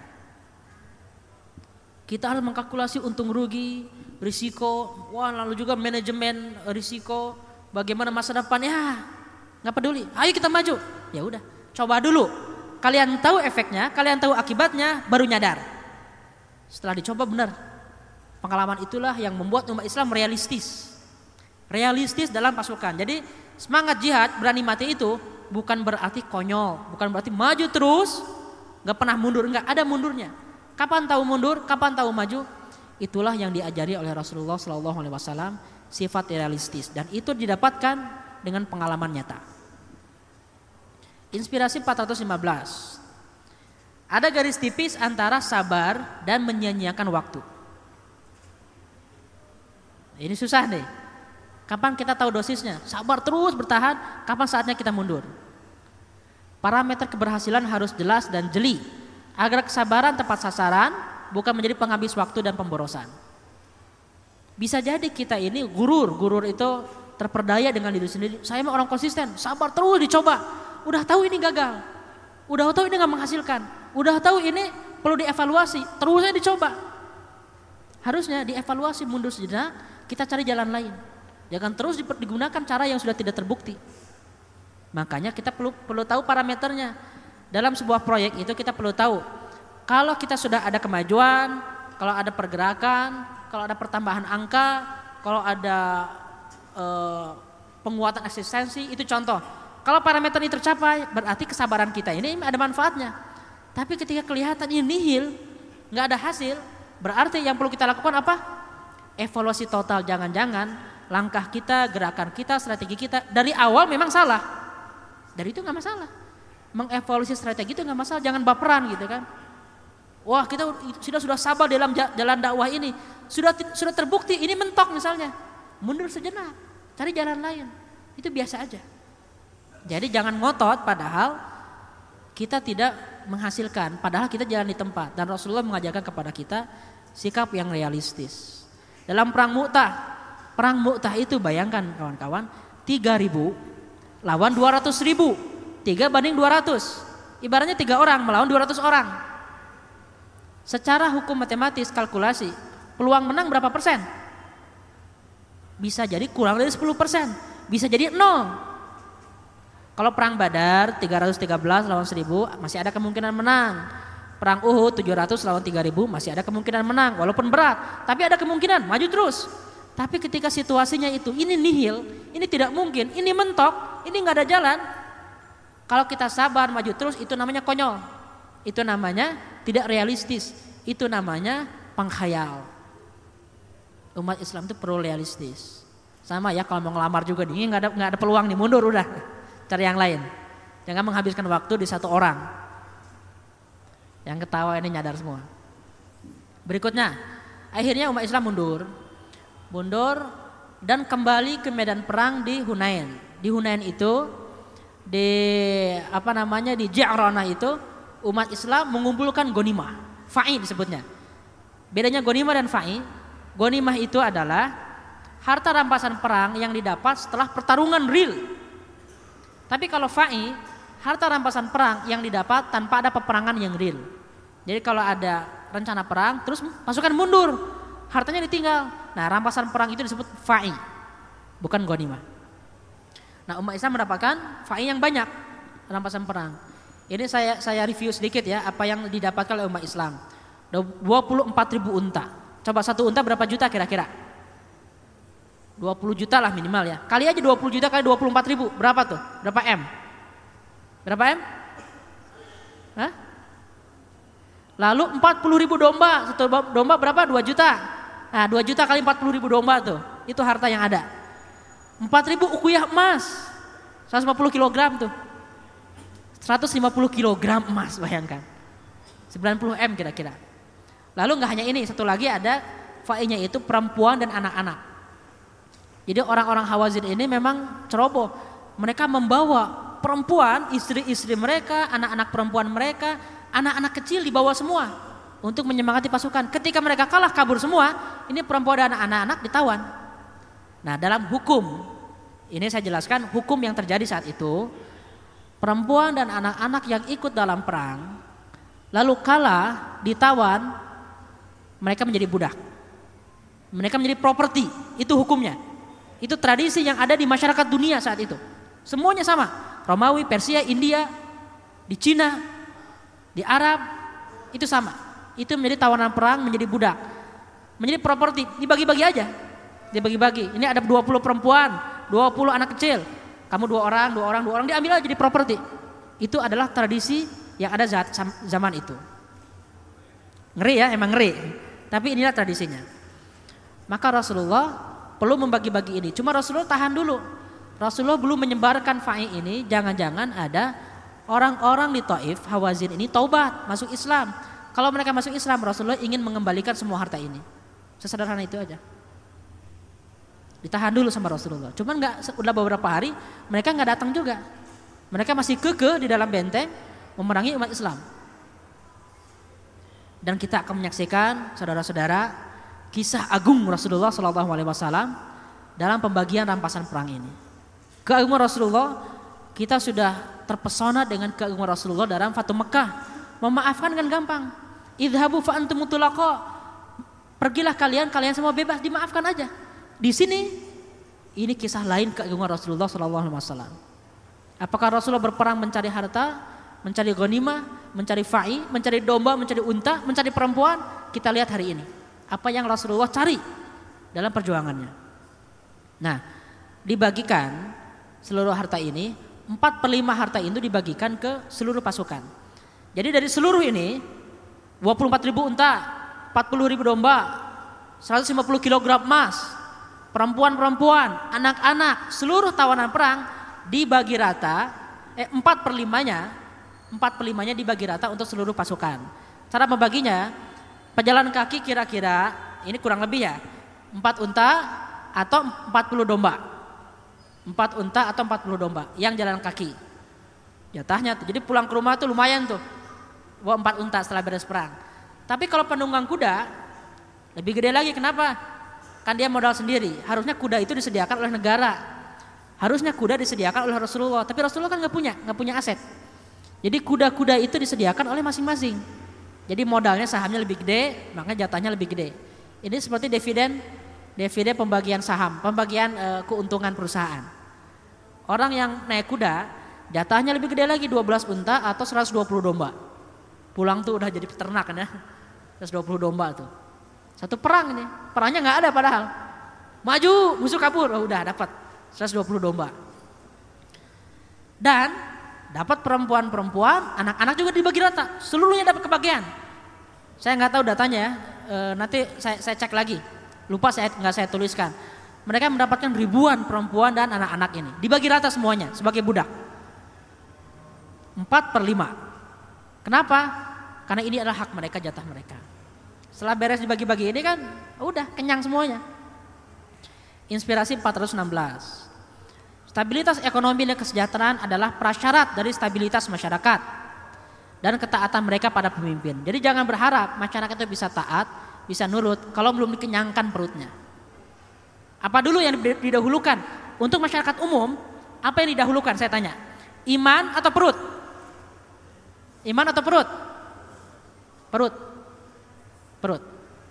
Kita harus mengkalkulasi untung rugi, risiko, lalu juga manajemen risiko, bagaimana masa depan, nggak peduli. Ayo kita maju. Ya udah, coba dulu. Kalian tahu efeknya, kalian tahu akibatnya, baru nyadar. Setelah dicoba benar. Pengalaman itulah yang membuat umat Islam realistis. Realistis dalam pasukan. Jadi semangat jihad, berani mati itu bukan berarti konyol, bukan berarti maju terus, nggak pernah mundur, nggak ada mundurnya. Kapan tahu mundur, kapan tahu maju, itulah yang diajari oleh Rasulullah SAW, sifat realistis, dan itu didapatkan dengan pengalaman nyata. Inspirasi 415. Ada garis tipis antara sabar dan menyia-nyiakan waktu. Ini susah nih. Kapan kita tahu dosisnya? Sabar terus bertahan, kapan saatnya kita mundur? Parameter keberhasilan harus jelas dan jeli agar kesabaran tepat sasaran bukan menjadi penghabis waktu dan pemborosan. Bisa jadi kita ini gurur itu terperdaya dengan diri sendiri. Saya mah orang konsisten, sabar terus dicoba. Udah tahu ini gagal, udah tahu ini nggak menghasilkan, udah tahu ini perlu dievaluasi, terusnya dicoba. Harusnya dievaluasi, mundur sejenak, kita cari jalan lain. Jangan terus digunakan cara yang sudah tidak terbukti. Makanya kita perlu tahu parameternya. Dalam sebuah proyek itu kita perlu tahu kalau kita sudah ada kemajuan, kalau ada pergerakan, kalau ada pertambahan angka, kalau ada penguatan eksistensi, itu contoh. Kalau parameter ini tercapai, berarti kesabaran kita ini ada manfaatnya. Tapi ketika kelihatan ini nihil, nggak ada hasil, berarti yang perlu kita lakukan apa? Evaluasi total. Jangan-jangan langkah kita, gerakan kita, strategi kita dari awal memang salah. Dari itu nggak masalah. Mengevaluasi strategi itu nggak masalah. Jangan baperan gitu kan. Wah, kita sudah sabar dalam jalan dakwah ini, sudah terbukti ini mentok misalnya. Mundur sejenak, cari jalan lain. Itu biasa aja. Jadi jangan ngotot padahal kita tidak menghasilkan, padahal kita jalan di tempat. Dan Rasulullah mengajarkan kepada kita sikap yang realistis. Dalam perang Mu'tah itu bayangkan kawan-kawan, 3.000 lawan 200.000, 3 banding 200. Ibaratnya 3 orang melawan 200 orang. Secara hukum matematis kalkulasi, peluang menang berapa persen? Bisa jadi kurang dari 10%, bisa jadi 0. Kalau perang Badar 313 lawan 1000 masih ada kemungkinan menang. Perang Uhud 700 lawan 3000 masih ada kemungkinan menang walaupun berat, tapi ada kemungkinan maju terus. Tapi ketika situasinya itu ini nihil, ini tidak mungkin, ini mentok, ini nggak ada jalan. Kalau kita sabar maju terus itu namanya konyol. Itu namanya tidak realistis. Itu namanya pengkhayal. Umat Islam itu perlu realistis. Sama ya kalau mau ngelamar juga nih, nggak ada peluang nih, mundur udah, cari yang lain. Jangan menghabiskan waktu di satu orang. Yang ketawa ini nyadar semua. Berikutnya, akhirnya umat Islam mundur dan kembali ke medan perang di Hunain. Di Hunain itu, di Ji'ranah itu, umat Islam mengumpulkan ghanimah, fa'i disebutnya. Bedanya ghanimah dan fa'i, ghanimah itu adalah harta rampasan perang yang didapat setelah pertarungan real. Tapi kalau fa'i, harta rampasan perang yang didapat tanpa ada peperangan yang real. Jadi kalau ada rencana perang, terus pasukan mundur, hartanya ditinggal. Nah, rampasan perang itu disebut fa'i, bukan ghanimah. Nah, umat Islam mendapatkan fa'i yang banyak, rampasan perang. Ini saya review sedikit ya, apa yang didapatkan oleh umat Islam. 24.000 unta. Coba satu unta berapa juta kira-kira? 20 juta lah minimal ya. Kali aja 20 juta kali 24.000, berapa tuh? Berapa M? Berapa M? Hah? Lalu 40.000 domba. Satu domba berapa? 2 juta. Nah, 2 juta kali 40.000 domba tuh. Itu harta yang ada. 4.000 ukuyah emas. 150 kilogram tuh. 150 kilogram emas, bayangkan. 90 M kira-kira. Lalu nggak hanya ini, satu lagi ada fa'inya itu perempuan dan anak-anak. Jadi orang-orang Hawazin ini memang ceroboh. Mereka membawa perempuan, istri-istri mereka, anak-anak perempuan mereka, anak-anak kecil dibawa semua untuk menyemangati pasukan. Ketika mereka kalah kabur semua, ini perempuan dan anak-anak ditawan. Nah, dalam hukum ini saya jelaskan hukum yang terjadi saat itu. Perempuan dan anak-anak yang ikut dalam perang lalu kalah, ditawan, mereka menjadi budak. Mereka menjadi properti, itu hukumnya. Itu tradisi yang ada di masyarakat dunia saat itu. Semuanya sama. Romawi, Persia, India, di Cina, di Arab, itu sama. Itu menjadi tawanan perang, menjadi budak. Menjadi properti, dibagi-bagi aja. Dibagi-bagi. Ini ada 20 perempuan, 20 anak kecil. Kamu 2 orang, diambil aja jadi properti. Itu adalah tradisi yang ada zaman itu. Ngeri ya, emang ngeri. Tapi inilah tradisinya. Maka Rasulullah perlu membagi-bagi ini. Cuma Rasulullah tahan dulu. Rasulullah belum menyebarkan fa'i ini. Jangan-jangan ada orang-orang di Taif, Hawazin ini taubat, masuk Islam. Kalau mereka masuk Islam, Rasulullah ingin mengembalikan semua harta ini. Sesederhana itu aja. Ditahan dulu sama Rasulullah. Cuman udah beberapa hari mereka nggak datang juga. Mereka masih kekeh di dalam benteng memerangi umat Islam. Dan kita akan menyaksikan saudara-saudara kisah agung Rasulullah SAW dalam pembagian rampasan perang ini. Keagungan Rasulullah, kita sudah terpesona dengan keagungan Rasulullah dalam Fatu Mekah. Memaafkan dengan gampang. Idhabu fa antum mutlaqa. Pergilah kalian semua bebas, dimaafkan aja. Di sini ini kisah lain keagungan Rasulullah SAW. Apakah Rasulullah berperang mencari harta, mencari ghanimah, mencari fa'i, mencari domba, mencari unta, mencari perempuan? Kita lihat hari ini apa yang Rasulullah cari dalam perjuangannya. Nah, dibagikan seluruh harta ini, 4/5 harta itu dibagikan ke seluruh pasukan. Jadi dari seluruh ini 24.000 unta, 40.000 domba, 150 kg emas, perempuan-perempuan, anak-anak, seluruh tawanan perang dibagi rata, 4/5-nya dibagi rata untuk seluruh pasukan. Cara membaginya, pejalan kaki kira-kira, ini kurang lebih ya, 4 unta atau 40 domba. 4 unta atau 40 domba yang jalan kaki. Jatahnya tuh, jadi pulang ke rumah tuh lumayan tuh, bawa 4 unta setelah beres perang. Tapi kalau penunggang kuda, lebih gede lagi, kenapa? Kan dia modal sendiri. Harusnya kuda itu disediakan oleh negara. Harusnya kuda disediakan oleh Rasulullah. Tapi Rasulullah kan nggak punya aset. Jadi kuda-kuda itu disediakan oleh masing-masing. Jadi modalnya sahamnya lebih gede, makanya jatahnya lebih gede. Ini seperti dividen pembagian saham, pembagian keuntungan perusahaan. Orang yang naik kuda, jatahnya lebih gede lagi, 12 unta atau 120 domba. Pulang tuh udah jadi peternak kan ya. 120 domba tuh. Satu perang ini, perangnya nggak ada padahal. Maju, musuh kabur, oh udah dapat 120 domba. Dan dapat perempuan-perempuan, anak-anak juga dibagi rata, seluruhnya dapat kebagian. Saya nggak tahu datanya ya, nanti saya cek lagi. Lupa nggak saya tuliskan. Mereka mendapatkan ribuan perempuan dan anak-anak ini. Dibagi rata semuanya sebagai budak. 4/5. Kenapa? Karena ini adalah hak mereka, jatah mereka. Setelah beres dibagi-bagi ini kan udah kenyang semuanya. Inspirasi 416. Stabilitas ekonomi dan kesejahteraan adalah prasyarat dari stabilitas masyarakat dan ketaatan mereka pada pemimpin. Jadi jangan berharap masyarakat itu bisa taat, bisa nurut kalau belum dikenyangkan perutnya. Apa dulu yang didahulukan? Untuk masyarakat umum, apa yang didahulukan? Saya tanya. Iman atau perut? Iman atau perut? Perut. Perut.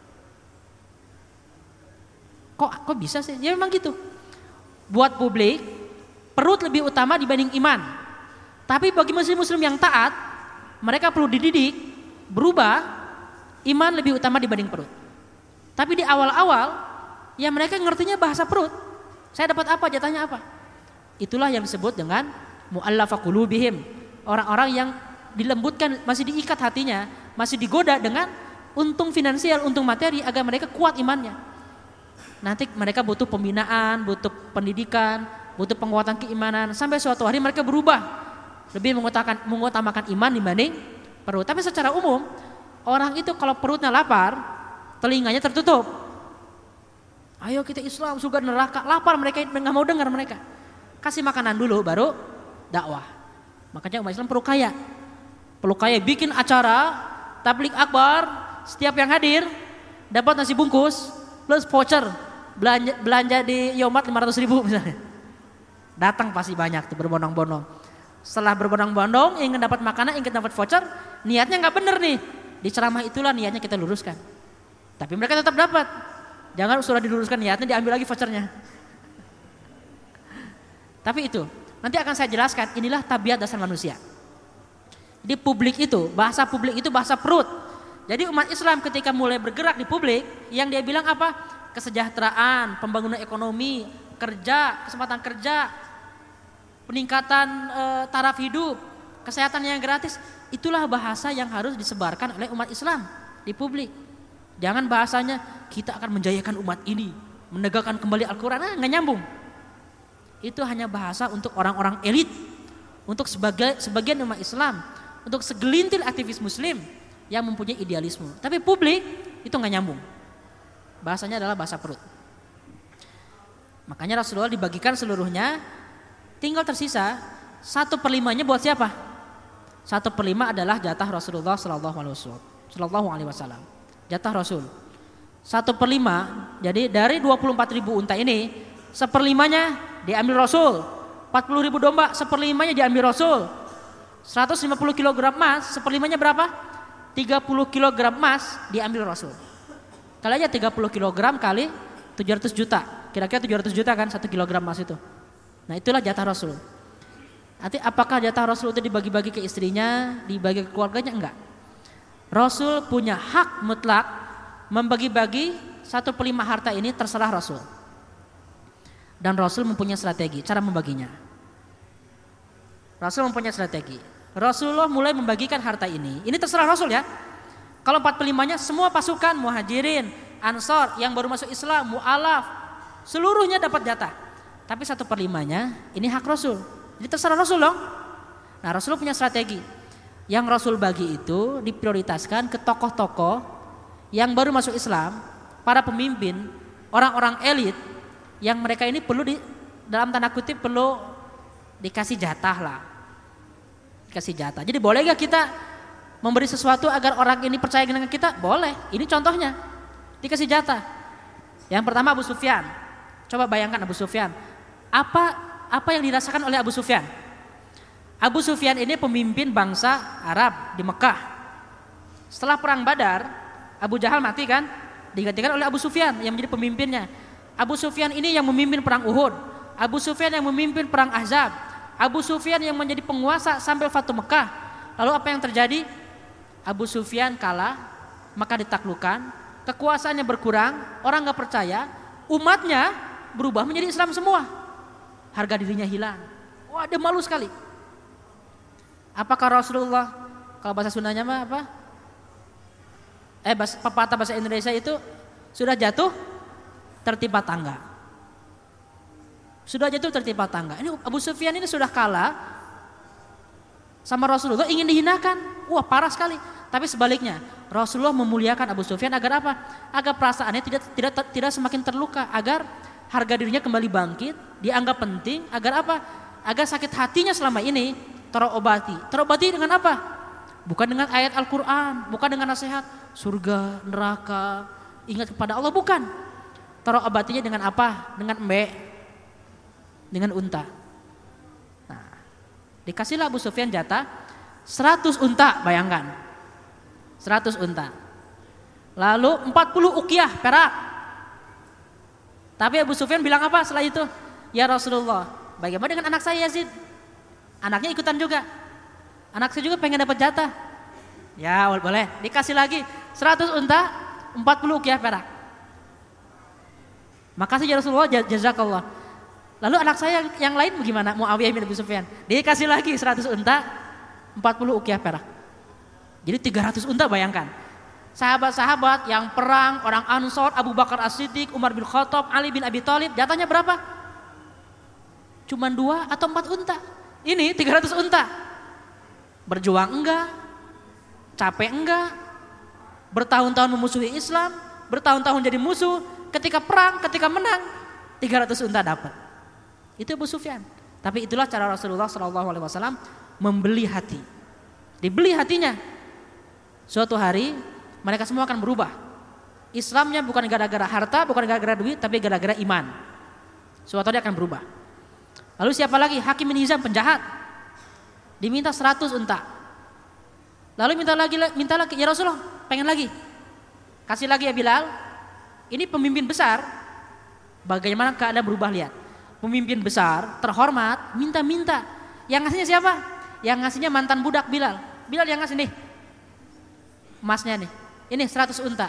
Kok bisa sih? Ya memang gitu. Buat publik, perut lebih utama dibanding iman. Tapi bagi muslim-muslim yang taat, mereka perlu dididik, berubah, iman lebih utama dibanding perut. Tapi di awal-awal, ya mereka ngertinya bahasa perut. Saya dapat apa, jatahnya apa? Itulah yang disebut dengan mu'allafa qulubihim. Orang-orang yang dilembutkan, masih diikat hatinya, masih digoda dengan untung finansial, untung materi agar mereka kuat imannya. Nanti mereka butuh pembinaan, butuh pendidikan, butuh penguatan keimanan, sampai suatu hari mereka berubah, lebih mengutamakan iman dibanding perut. Tapi secara umum, orang itu kalau perutnya lapar, telinganya tertutup. Ayo kita Islam, surga neraka, lapar mereka, nggak mau dengar mereka. Kasih makanan dulu, baru dakwah. Makanya umat Islam perlu kaya, bikin acara tablik akbar, setiap yang hadir dapat nasi bungkus plus voucher belanja di Yomat 500.000 misalnya. Datang pasti banyak tuh berbondong-bondong. Setelah berbondong-bondong ingin dapat makanan, ingin dapat voucher, niatnya nggak bener nih. Di ceramah itulah niatnya kita luruskan. Tapi mereka tetap dapat. Jangan sudah diluruskan niatnya diambil lagi vouchernya. Tapi itu nanti akan saya jelaskan. Inilah tabiat dasar manusia. Di publik itu, bahasa publik itu bahasa perut. Jadi umat Islam ketika mulai bergerak di publik, yang dia bilang apa? Kesejahteraan, pembangunan ekonomi, kerja, kesempatan kerja, peningkatan taraf hidup, kesehatan yang gratis. Itulah bahasa yang harus disebarkan oleh umat Islam di publik. Jangan bahasanya kita akan menjayakan umat ini, menegakkan kembali Al-Quran, nggak nyambung. Itu hanya bahasa untuk orang-orang elit, untuk sebagian umat Islam, untuk segelintir aktivis Muslim yang mempunyai idealisme. Tapi publik itu nggak nyambung. Bahasanya adalah bahasa perut. Makanya Rasulullah dibagikan seluruhnya, tinggal tersisa 1/5-nya buat siapa? 1/5 adalah jatah Rasulullah Sallallahu Alaihi Wasallam. Jatah Rasul. 1/5. Jadi dari 24.000 unta ini, 1/5-nya diambil Rasul. 40.000 domba, 1/5-nya diambil Rasul. 150 kg emas, 1/5-nya berapa? 30 kg emas diambil Rasul. Kali aja 30 kg kali 700 juta. Kira-kira 700 juta kan 1 kg emas itu. Nah itulah jatah Rasul. Nanti apakah jatah Rasul itu dibagi-bagi ke istrinya, dibagi ke keluarganya? Enggak. Rasul punya hak mutlak membagi-bagi 1/5 harta ini, terserah Rasul. Dan Rasul mempunyai strategi cara membaginya. Rasul mempunyai strategi. Rasulullah mulai membagikan harta ini. Ini terserah Rasul ya. Kalau 4/5-nya semua pasukan Muhajirin, Ansor yang baru masuk Islam, Mu'alaf, seluruhnya dapat jatah. Tapi 1/5-nya ini hak Rasul. Jadi terserah Rasul dong. Nah Rasul punya strategi. Yang Rasul bagi itu diprioritaskan ke tokoh-tokoh yang baru masuk Islam, para pemimpin, orang-orang elit yang mereka ini perlu dalam tanda kutip perlu dikasih jatah lah. Dikasih jatah. Jadi boleh gak kita memberi sesuatu agar orang ini percaya dengan kita? Boleh. Ini contohnya. Dikasih jatah. Yang pertama Abu Sufyan. Coba bayangkan Abu Sufyan. Apa yang dirasakan oleh Abu Sufyan? Abu Sufyan ini pemimpin bangsa Arab di Mekah. Setelah perang Badar, Abu Jahal mati kan? Digantikan oleh Abu Sufyan yang menjadi pemimpinnya. Abu Sufyan ini yang memimpin perang Uhud. Abu Sufyan yang memimpin perang Ahzab. Abu Sufyan yang menjadi penguasa sampai Fatu Mekah. Lalu apa yang terjadi? Abu Sufyan kalah, maka ditaklukkan, kekuasaannya berkurang, orang gak percaya, umatnya berubah menjadi Islam semua. Harga dirinya hilang. Wah, dia malu sekali. Apakah Rasulullah, kalau bahasa Sundanya mah apa? Pepatah bahasa Indonesia itu sudah jatuh, tertimpa tangga. Sudah jatuh tertimpa tangga. Ini Abu Sufyan ini sudah kalah sama Rasulullah, ingin dihinakan. Wah, parah sekali. Tapi sebaliknya, Rasulullah memuliakan Abu Sufyan agar apa? Agar perasaannya tidak semakin terluka, agar harga dirinya kembali bangkit, dianggap penting, agar apa? Agar sakit hatinya selama ini terobati. Terobati dengan apa? Bukan dengan ayat Al-Quran, bukan dengan nasihat surga, neraka, ingat kepada Allah, bukan. Terobatinya dengan apa? Dengan dengan unta. Nah, dikasihlah Abu Sufyan jatah 100 unta, bayangkan. 100 unta. Lalu 40 uqiyah perak. Tapi Abu Sufyan bilang apa setelah itu? Ya Rasulullah, bagaimana dengan anak saya Yazid? Anaknya ikutan juga. Anak saya juga pengen dapat jatah. Ya boleh, dikasih lagi 100 unta, 40 uqiyah perak. Makasih ya Rasulullah, jazakallah. Lalu anak saya yang lain bagaimana? Muawiyah bin Abi Sufyan. Dikasih lagi 100 unta, 40 uqiyah perak. Jadi 300 unta, bayangkan. Sahabat-sahabat yang perang, orang Ansor, Abu Bakar As-Siddiq, Umar bin Khattab, Ali bin Abi Thalib, jatahnya berapa? Cuman 2 atau 4 unta. Ini 300 unta. Berjuang enggak, capek enggak, bertahun-tahun memusuhi Islam, bertahun-tahun jadi musuh, ketika perang, ketika menang, 300 unta dapat. Itu Abu Sufyan. Tapi itulah cara Rasulullah SAW membeli hati. Dibeli hatinya. Suatu hari mereka semua akan berubah. Islamnya bukan gara-gara harta, bukan gara-gara duit, tapi gara-gara iman. Suatu hari akan berubah. Lalu siapa lagi? Hakim bin Hizam, penjahat. Diminta 100 unta. Lalu minta lagi, ya Rasulullah, pengen lagi. Kasih lagi ya Bilal. Ini pemimpin besar. Bagaimana keadaan berubah, lihat. Pemimpin besar, terhormat, minta-minta. Yang ngasihnya siapa? Yang ngasihnya mantan budak Bilal. Bilal yang ngasih nih. Emasnya nih. Ini 100 unta.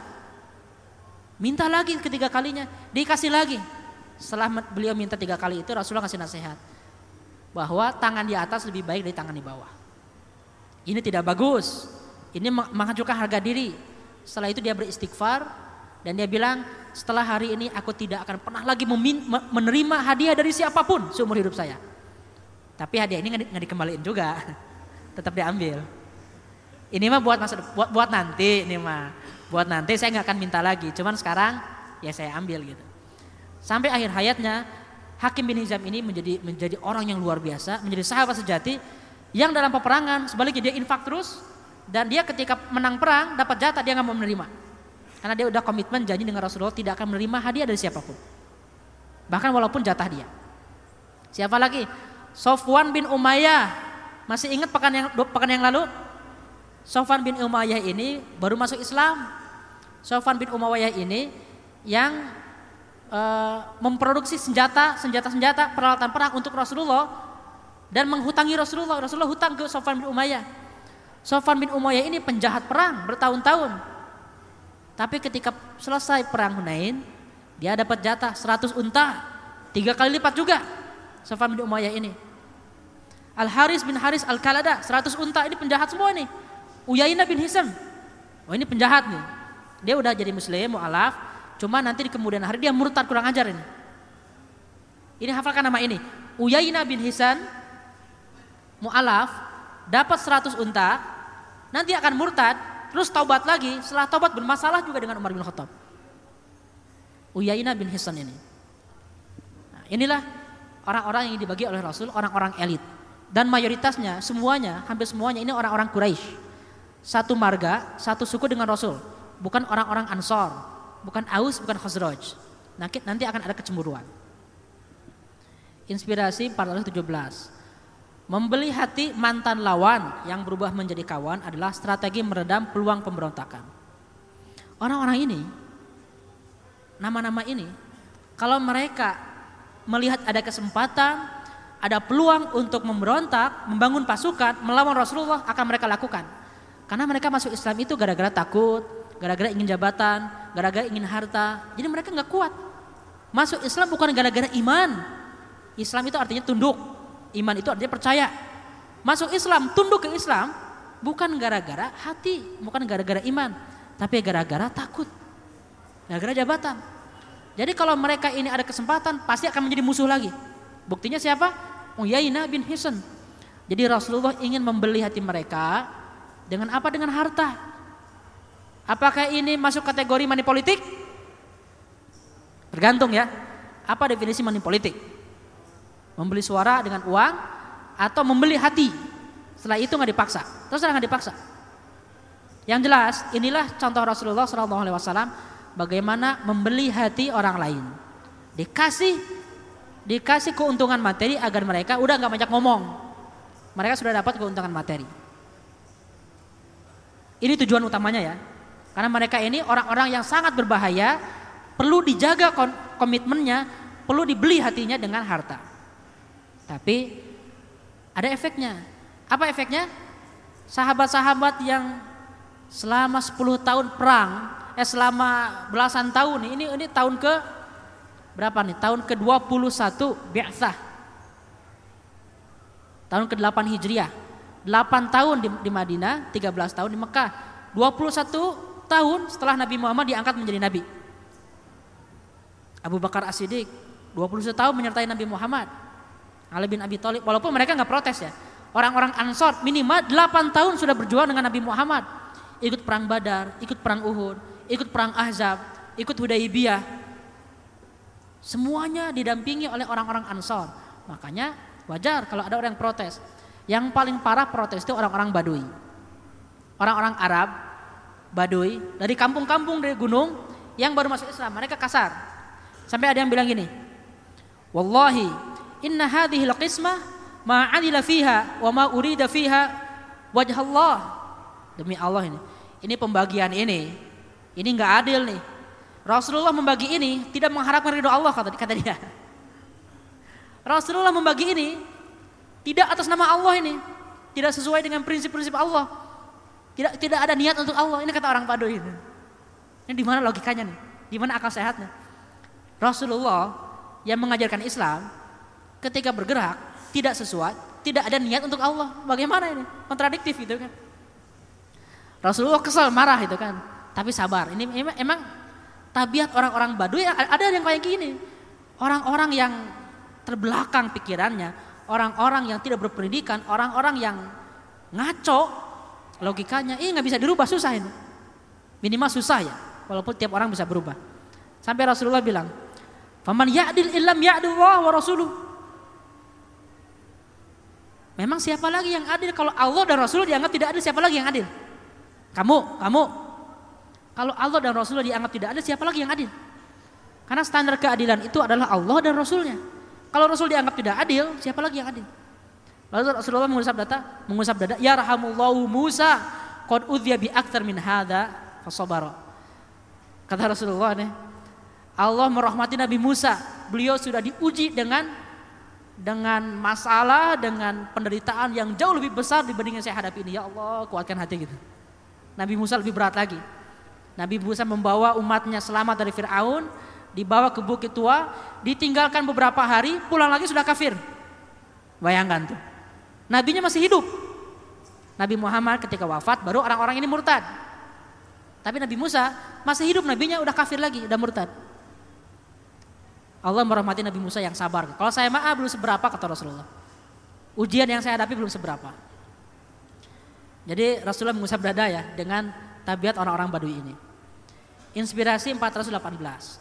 Minta lagi ketiga kalinya, dikasih lagi. Setelah beliau minta 3 kali itu, Rasulullah kasih nasihat bahwa tangan di atas lebih baik dari tangan di bawah. Ini tidak bagus. Ini menghancurkan harga diri. Setelah itu dia beristighfar dan dia bilang, setelah hari ini aku tidak akan pernah lagi menerima hadiah dari siapapun seumur hidup saya. Tapi hadiah ini nggak dikembaliin juga, tetap diambil. Ini mah buat nanti, ini mah buat nanti, saya nggak akan minta lagi. Cuman sekarang ya saya ambil gitu. Sampai akhir hayatnya Hakim bin Hizam ini menjadi orang yang luar biasa, menjadi sahabat sejati yang dalam peperangan sebaliknya dia infak terus, dan dia ketika menang perang dapat jatah dia nggak mau menerima. Karena dia udah komitmen janji dengan Rasulullah tidak akan menerima hadiah dari siapapun. Bahkan walaupun jatah dia. Siapa lagi? Sofwan bin Umayyah. Masih ingat pekan yang lalu? Sofwan bin Umayyah ini baru masuk Islam. Sofwan bin Umayyah ini yang memproduksi senjata, peralatan perang untuk Rasulullah dan menghutangi Rasulullah. Rasulullah hutang ke Sofwan bin Umayyah. Sofwan bin Umayyah ini penjahat perang bertahun-tahun. Tapi ketika selesai perang Hunain, dia dapat jatah 100 unta, 3 kali lipat juga. Sofwan bin Umayyah ini. Al-Haris bin Haris Al-Kalada 100 unta, ini penjahat semua nih. Uyainah bin Hisam, oh ini penjahat nih. Dia udah jadi muslim, mu'alaf, cuma nanti di kemudian hari dia murtad, kurang ajar ini. Ini hafalkan nama ini. Uyainah bin Hisam, mu'alaf, dapat 100 unta, nanti akan murtad, terus taubat lagi, setelah taubat bermasalah juga dengan Umar bin Khattab. Uyainah bin Hisam ini. Nah, inilah orang-orang yang dibagi oleh Rasul, orang-orang elit. Dan mayoritasnya, semuanya, hampir semuanya ini orang-orang Quraisy. Satu marga, satu suku dengan Rasul. Bukan orang-orang Ansor, bukan Aus, bukan Khazraj. Nanti akan ada kecemburuan. Inspirasi 417. Membeli hati mantan lawan yang berubah menjadi kawan adalah strategi meredam peluang pemberontakan. Orang-orang ini, nama-nama ini, kalau mereka melihat ada kesempatan, ada peluang untuk memberontak, membangun pasukan, melawan Rasulullah, akan mereka lakukan. Karena mereka masuk Islam itu gara-gara takut, gara-gara ingin jabatan, gara-gara ingin harta. Jadi mereka gak kuat. Masuk Islam bukan gara-gara iman. Islam itu artinya tunduk. Iman itu artinya percaya. Masuk Islam, tunduk ke Islam, bukan gara-gara hati, bukan gara-gara iman, tapi gara-gara takut, gara-gara jabatan. Jadi kalau mereka ini ada kesempatan pasti akan menjadi musuh lagi. Buktinya siapa? Uyainah bin Hisn. Jadi Rasulullah ingin membeli hati mereka dengan apa? Dengan harta. Apakah ini masuk kategori money politik? Tergantung ya. Apa definisi money politik? Membeli suara dengan uang atau membeli hati? Setelah itu nggak dipaksa. Terus nggak dipaksa. Yang jelas inilah contoh Rasulullah SAW bagaimana membeli hati orang lain. Dikasih keuntungan materi agar mereka udah nggak banyak ngomong. Mereka sudah dapat keuntungan materi. Ini tujuan utamanya ya. Karena mereka ini orang-orang yang sangat berbahaya, perlu dijaga komitmennya, perlu dibeli hatinya dengan harta. Tapi ada efeknya. Apa efeknya? Sahabat-sahabat yang selama 10 tahun perang, selama belasan tahun, ini tahun ke berapa nih? Tahun ke-21 Bi'tsah. Tahun ke-8 Hijriah. 8 tahun di Madinah, 13 tahun di Mekah. 21 tahun setelah Nabi Muhammad diangkat menjadi nabi. Abu Bakar As-Siddiq 21 tahun menyertai Nabi Muhammad. Ali bin Abi Thalib, walaupun mereka nggak protes ya. Orang-orang Ansor minimal 8 tahun sudah berjuang dengan Nabi Muhammad. Ikut perang Badar, ikut perang Uhud, ikut perang Ahzab, ikut Hudaybiyah. Semuanya didampingi oleh orang-orang Ansor. Makanya wajar kalau ada orang yang protes. Yang paling parah protes itu orang-orang Badui. Orang-orang Arab, Badui, dari kampung-kampung dari gunung yang baru masuk Islam, mereka kasar. Sampai ada yang bilang gini, wallahi inna hadhihi al-qismah ma 'adila fiha wa ma urida fiha wajh Allah. Demi Allah ini pembagian ini enggak adil nih. Rasulullah membagi ini tidak mengharapkan ridho Allah, kata dia. Rasulullah membagi ini tidak atas nama Allah ini, tidak sesuai dengan prinsip-prinsip Allah. Tidak ada niat untuk Allah. Ini kata orang Badui ini. Ini di mana logikanya nih? Di mana akal sehatnya? Rasulullah yang mengajarkan Islam ketika bergerak tidak sesuai, tidak ada niat untuk Allah. Bagaimana ini? Kontradiktif gitu kan. Rasulullah kesal, marah itu kan. Tapi sabar. Ini emang tabiat orang-orang Badui, ada yang kayak gini. Orang-orang yang terbelakang pikirannya, orang-orang yang tidak berpendidikan, orang-orang yang ngaco logikanya, nggak bisa dirubah, susah ini. Minimal susah ya, walaupun tiap orang bisa berubah. Sampai Rasulullah bilang, "Faman ya'dil illam ya'dillah wa rasuluh." Memang siapa lagi yang adil kalau Allah dan Rasul dianggap tidak adil? Siapa lagi yang adil? Kamu. Kalau Allah dan Rasulullah dianggap tidak adil, siapa lagi yang adil? Karena standar keadilan itu adalah Allah dan Rasulnya. Kalau Rasul dianggap tidak adil, siapa lagi yang adil? Lalu Rasulullah mengusap dada, ya rahamullahu Musa, qad udhiya bi aktsar min hadza fasabara. Kata Rasulullah nih, Allah merahmati Nabi Musa. Beliau sudah diuji dengan masalah, dengan penderitaan yang jauh lebih besar dibanding yang saya hadapi ini. Ya Allah, kuatkan hati gitu. Nabi Musa lebih berat lagi. Nabi Musa membawa umatnya selamat dari Fir'aun, dibawa ke Bukit Tua, ditinggalkan beberapa hari, pulang lagi sudah kafir. Bayangkan tuh. Nabinya masih hidup. Nabi Muhammad ketika wafat baru orang-orang ini murtad. Tapi Nabi Musa masih hidup, nabinya udah kafir lagi, udah murtad. Allah merahmati Nabi Musa yang sabar. Kalau saya belum seberapa, kata Rasulullah. Ujian yang saya hadapi belum seberapa. Jadi Rasulullah mengusap dada ya dengan tabiat orang-orang Badui ini. Inspirasi 418.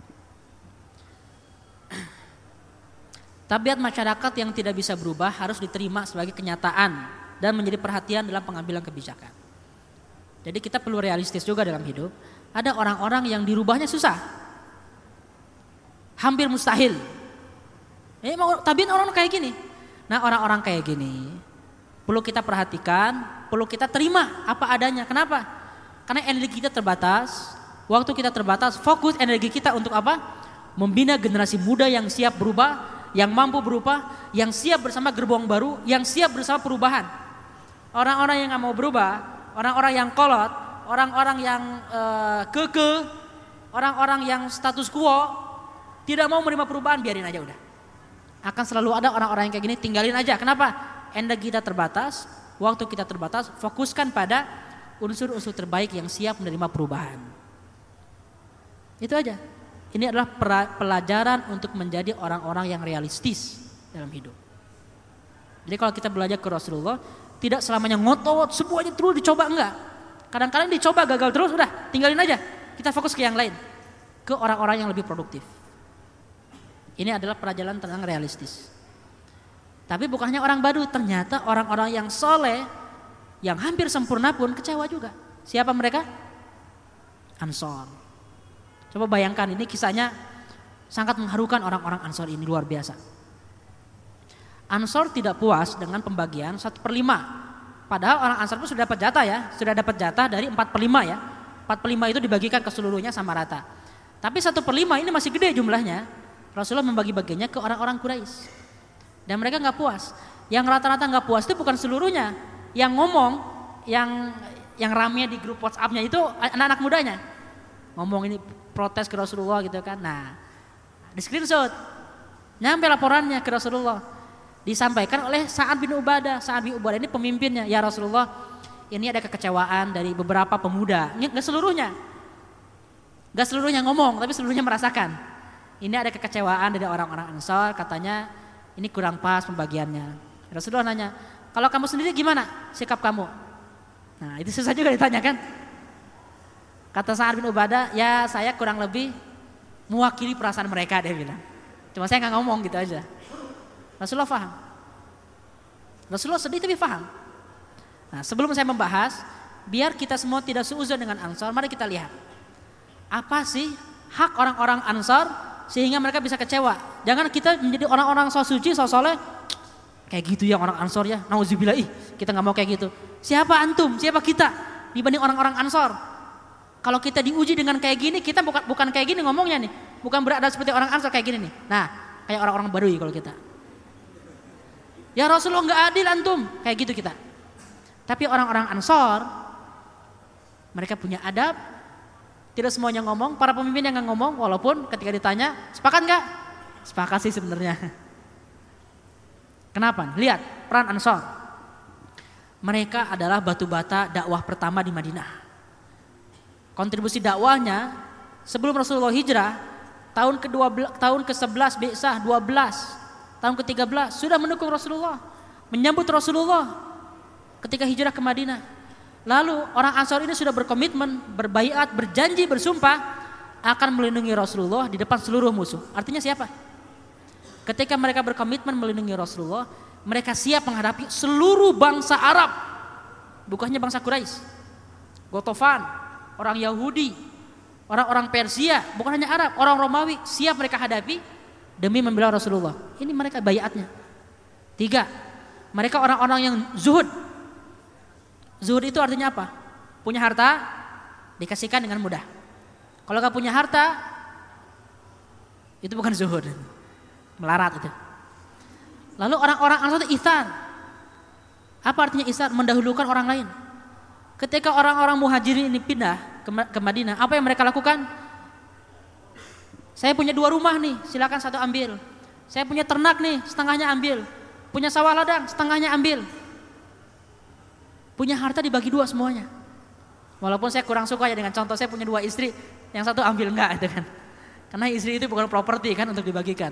Tabiat masyarakat yang tidak bisa berubah harus diterima sebagai kenyataan dan menjadi perhatian dalam pengambilan kebijakan. Jadi kita perlu realistis juga dalam hidup. Ada orang-orang yang dirubahnya susah, hampir mustahil. Tabiat orang kayak gini. Nah, orang-orang kayak gini perlu kita perhatikan, perlu kita terima apa adanya. Kenapa? Karena energi kita terbatas, waktu kita terbatas. Fokus energi kita untuk apa? Membina generasi muda yang siap berubah, yang mampu berubah, yang siap bersama gerbong baru, yang siap bersama perubahan. Orang-orang yang nggak mau berubah, orang-orang yang kolot, orang-orang yang kekeh, orang-orang yang status quo, tidak mau menerima perubahan, biarin aja udah. Akan selalu ada orang-orang yang kayak gini, tinggalin aja. Kenapa? Energi kita terbatas, waktu kita terbatas, fokuskan pada unsur-unsur terbaik yang siap menerima perubahan. Itu aja. Ini adalah pelajaran untuk menjadi orang-orang yang realistis dalam hidup. Jadi kalau kita belajar ke Rasulullah, tidak selamanya ngotot semuanya terus dicoba, enggak. Kadang-kadang dicoba gagal terus, udah tinggalin aja. Kita fokus ke yang lain, ke orang-orang yang lebih produktif. Ini adalah pelajaran tentang realistis. Tapi bukan hanya orang Badu, ternyata orang-orang yang soleh, yang hampir sempurna pun kecewa juga. Siapa mereka? Ansor. Coba bayangkan, ini kisahnya sangat mengharukan orang-orang Ansor ini, luar biasa. Ansor tidak puas dengan pembagian 1/5. Padahal orang Ansor pun sudah dapat jatah ya, sudah dapat jatah dari 4/5 ya. 4/5 itu dibagikan ke seluruhnya sama rata. Tapi 1/5 ini masih gede jumlahnya. Rasulullah membagi-baginya ke orang-orang Quraisy. Dan mereka nggak puas. Yang rata-rata nggak puas itu bukan seluruhnya. Yang ngomong, yang rame di grup WhatsApp-nya itu anak-anak mudanya. Ngomong ini protes ke Rasulullah gitu kan. Nah, di screenshot. Nyampe laporannya ke Rasulullah. Disampaikan oleh Sa'ad bin Ubadah. Sa'ad bin Ubadah ini pemimpinnya. Ya Rasulullah, ini ada kekecewaan dari beberapa pemuda. Nggak seluruhnya. Nggak seluruhnya ngomong, tapi seluruhnya merasakan. Ini ada kekecewaan dari orang-orang Ansar, katanya ini kurang pas pembagiannya. Rasulullah nanya, kalau kamu sendiri gimana sikap kamu? Nah itu susah juga ditanyakan. Kata Sa'ad bin Ubadah, ya saya kurang lebih mewakili perasaan mereka, dia bilang. Cuma saya nggak ngomong gitu aja. Rasulullah paham. Rasulullah sedih tapi paham. Nah sebelum saya membahas, biar kita semua tidak seuzon dengan Ansar, mari kita lihat. Apa sih hak orang-orang Ansar sehingga mereka bisa kecewa? Jangan kita menjadi orang-orang so suci, so soleh, kayak gitu ya orang Ansar ya. Nauzubillah, kita nggak mau kayak gitu. Siapa antum? Siapa kita dibanding orang-orang Ansar? Kalau kita diuji dengan kayak gini, kita bukan kayak gini ngomongnya nih. Bukan berada seperti orang Ansar kayak gini nih. Nah, kayak orang-orang Badui kalau kita. Ya Rasulullah nggak adil antum, kayak gitu kita. Tapi orang-orang Ansar, mereka punya adab. Tidak semuanya ngomong, para pemimpin yang nggak ngomong, walaupun ketika ditanya, sepakat nggak? Sepakat sih sebenarnya. Kenapa? Lihat peran Ansar. Mereka adalah batu bata dakwah pertama di Madinah. Kontribusi dakwahnya sebelum Rasulullah hijrah, tahun ke-11 Bi'sah 12, tahun ke-13 sudah mendukung Rasulullah, menyambut Rasulullah ketika hijrah ke Madinah. Lalu orang Ansar ini sudah berkomitmen, berbaiat, berjanji, bersumpah akan melindungi Rasulullah di depan seluruh musuh. Artinya siapa? Ketika mereka berkomitmen melindungi Rasulullah, mereka siap menghadapi seluruh bangsa Arab, bukannya bangsa Quraisy, Gotofan, orang Yahudi, orang-orang Persia, bukan hanya Arab, orang Romawi siap mereka hadapi demi membela Rasulullah. Ini mereka baiatnya. 3, mereka orang-orang yang zuhud. Zuhud itu artinya apa? Punya harta dikasihkan dengan mudah. Kalau gak punya harta, itu bukan zuhud, melarat itu. Lalu orang-orang Ansar itu ihsan. Apa artinya ihsan? Mendahulukan orang lain. Ketika orang-orang muhajirin ini pindah ke Madinah, apa yang mereka lakukan? Saya punya 2 rumah nih, silakan satu ambil. Saya punya ternak nih, setengahnya ambil. Punya sawah ladang, setengahnya ambil. Punya harta dibagi 2 semuanya. Walaupun saya kurang suka ya dengan contoh saya punya 2 istri, yang satu ambil enggak itu kan. Karena istri itu bukan properti kan untuk dibagikan.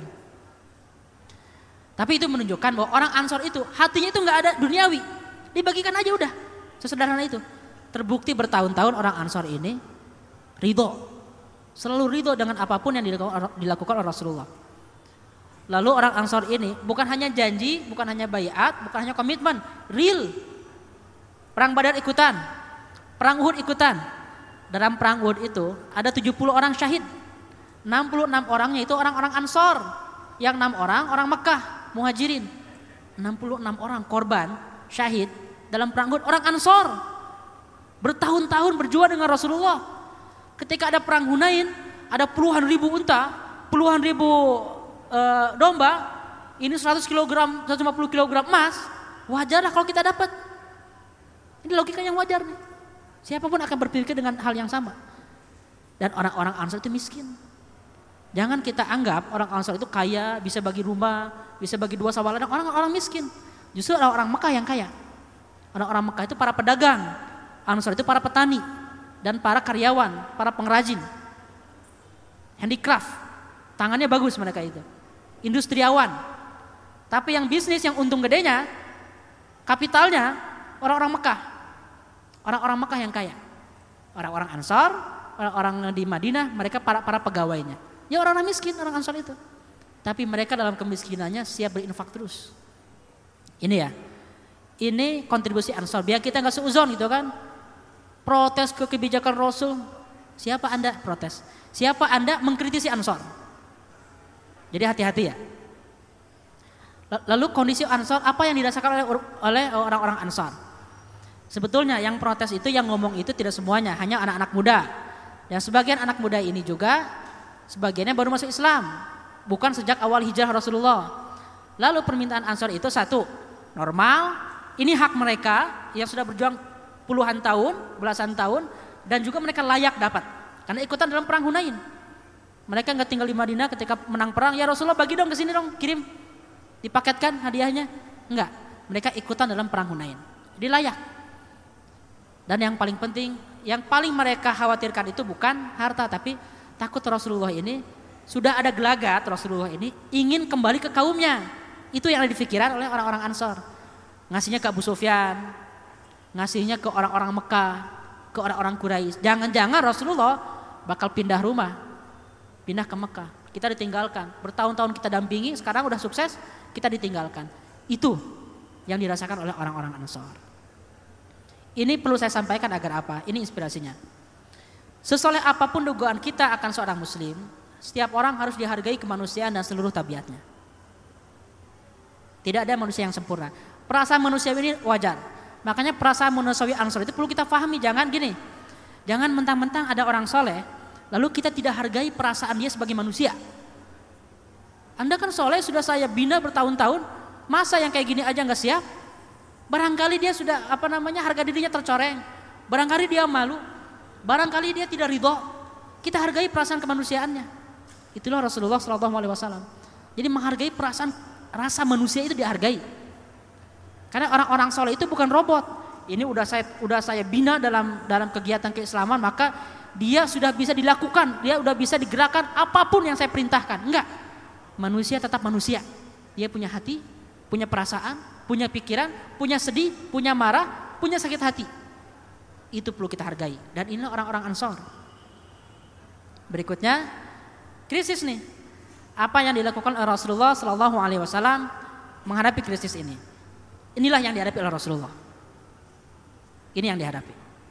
Tapi itu menunjukkan bahwa orang Ansar itu hatinya itu enggak ada duniawi. Dibagikan aja udah. Sesederhana itu. Terbukti bertahun-tahun orang Ansar ini ridho. Selalu ridho dengan apapun yang dilakukan oleh Rasulullah. Lalu orang Ansar ini bukan hanya janji, bukan hanya baiat, bukan hanya komitmen, real. Perang Badar ikutan, perang Uhud ikutan. Dalam perang Uhud itu ada 70 orang syahid. 66 orangnya itu orang-orang Ansar. Yang 6 orang Mekah, muhajirin. 66 orang korban syahid dalam perang Uhud orang Ansar. Bertahun-tahun berjuang dengan Rasulullah. Ketika ada perang Hunain, ada puluhan ribu unta, puluhan ribu domba, ini 100 kg, 150 kg emas, wajarlah kalau kita dapat. Ini logika yang wajar nih. Siapapun akan berpikir dengan hal yang sama. Dan orang-orang Ansar itu miskin. Jangan kita anggap orang Ansar itu kaya, bisa bagi rumah, bisa bagi 2 sawah ladang. Orang-orang miskin. Justru orang Mekah yang kaya. Orang-orang Mekah itu para pedagang. Ansar itu para petani dan para karyawan, para pengrajin. handicraft, tangannya bagus mereka itu, industriawan. Tapi yang bisnis, yang untung gedenya, kapitalnya orang-orang Mekah, orang-orang Mekah yang kaya, orang-orang Ansar, orang-orang di Madinah, mereka para pegawainya. Ya orang-orang miskin, orang Ansar itu. Tapi mereka dalam kemiskinannya siap berinfak terus. Ini ya, ini kontribusi Ansar. Biar kita nggak seuzon gitu kan. Protes ke kebijakan Rasul. Siapa Anda protes? Siapa Anda mengkritisi Ansar? Jadi hati-hati ya. Lalu kondisi Ansar, apa yang dirasakan oleh orang-orang Ansar? Sebetulnya yang protes itu, yang ngomong itu tidak semuanya, hanya anak-anak muda. Dan sebagian anak muda ini juga sebagiannya baru masuk Islam, bukan sejak awal hijrah Rasulullah. Lalu permintaan Ansar itu satu, normal, ini hak mereka yang sudah berjuang puluhan tahun, belasan tahun, dan juga mereka layak dapat karena ikutan dalam perang Hunain. Mereka nggak tinggal di Madinah ketika menang perang, ya Rasulullah bagi dong ke sini dong, kirim, dipaketkan hadiahnya. Enggak, mereka ikutan dalam perang Hunain. Jadi layak. Dan yang paling penting, yang paling mereka khawatirkan itu bukan harta, tapi takut Rasulullah ini sudah ada gelagat, Rasulullah ini ingin kembali ke kaumnya. Itu yang ada di pikiran oleh orang-orang Ansar. Ngasihnya ke Abu Sufyan, ngasihnya ke orang-orang Mekah, ke orang-orang Quraisy. Jangan-jangan Rasulullah bakal pindah rumah, pindah ke Mekah. Kita ditinggalkan, bertahun-tahun kita dampingi, sekarang udah sukses, kita ditinggalkan. Itu yang dirasakan oleh orang-orang Ansar. Ini perlu saya sampaikan agar apa? Ini inspirasinya. Sesoleh apapun dugaan kita akan seorang muslim, setiap orang harus dihargai kemanusiaan dan seluruh tabiatnya. Tidak ada manusia yang sempurna. Perasaan manusia ini wajar. Makanya perasaan manusiawi Ansar itu perlu kita pahami. Jangan gini, jangan mentang-mentang ada orang soleh, lalu kita tidak hargai perasaan dia sebagai manusia. Anda kan soleh, sudah saya bina bertahun-tahun, masa yang kayak gini aja nggak siap? Barangkali dia sudah harga dirinya tercoreng, barangkali dia malu, barangkali dia tidak ridho. Kita hargai perasaan kemanusiaannya. Itulah Rasulullah SAW. Jadi menghargai perasaan, rasa manusia itu dihargai. Karena orang-orang soleh itu bukan robot. Ini udah saya bina dalam kegiatan keislaman, maka dia sudah bisa dilakukan, dia sudah bisa digerakkan apapun yang saya perintahkan. Enggak. Manusia tetap manusia. Dia punya hati, punya perasaan, punya pikiran, punya sedih, punya marah, punya sakit hati. Itu perlu kita hargai. Dan inilah orang-orang Ansar. Berikutnya, krisis nih. Apa yang dilakukan oleh Rasulullah SAW menghadapi krisis ini? Inilah yang dihadapi oleh Rasulullah. Ini yang dihadapi.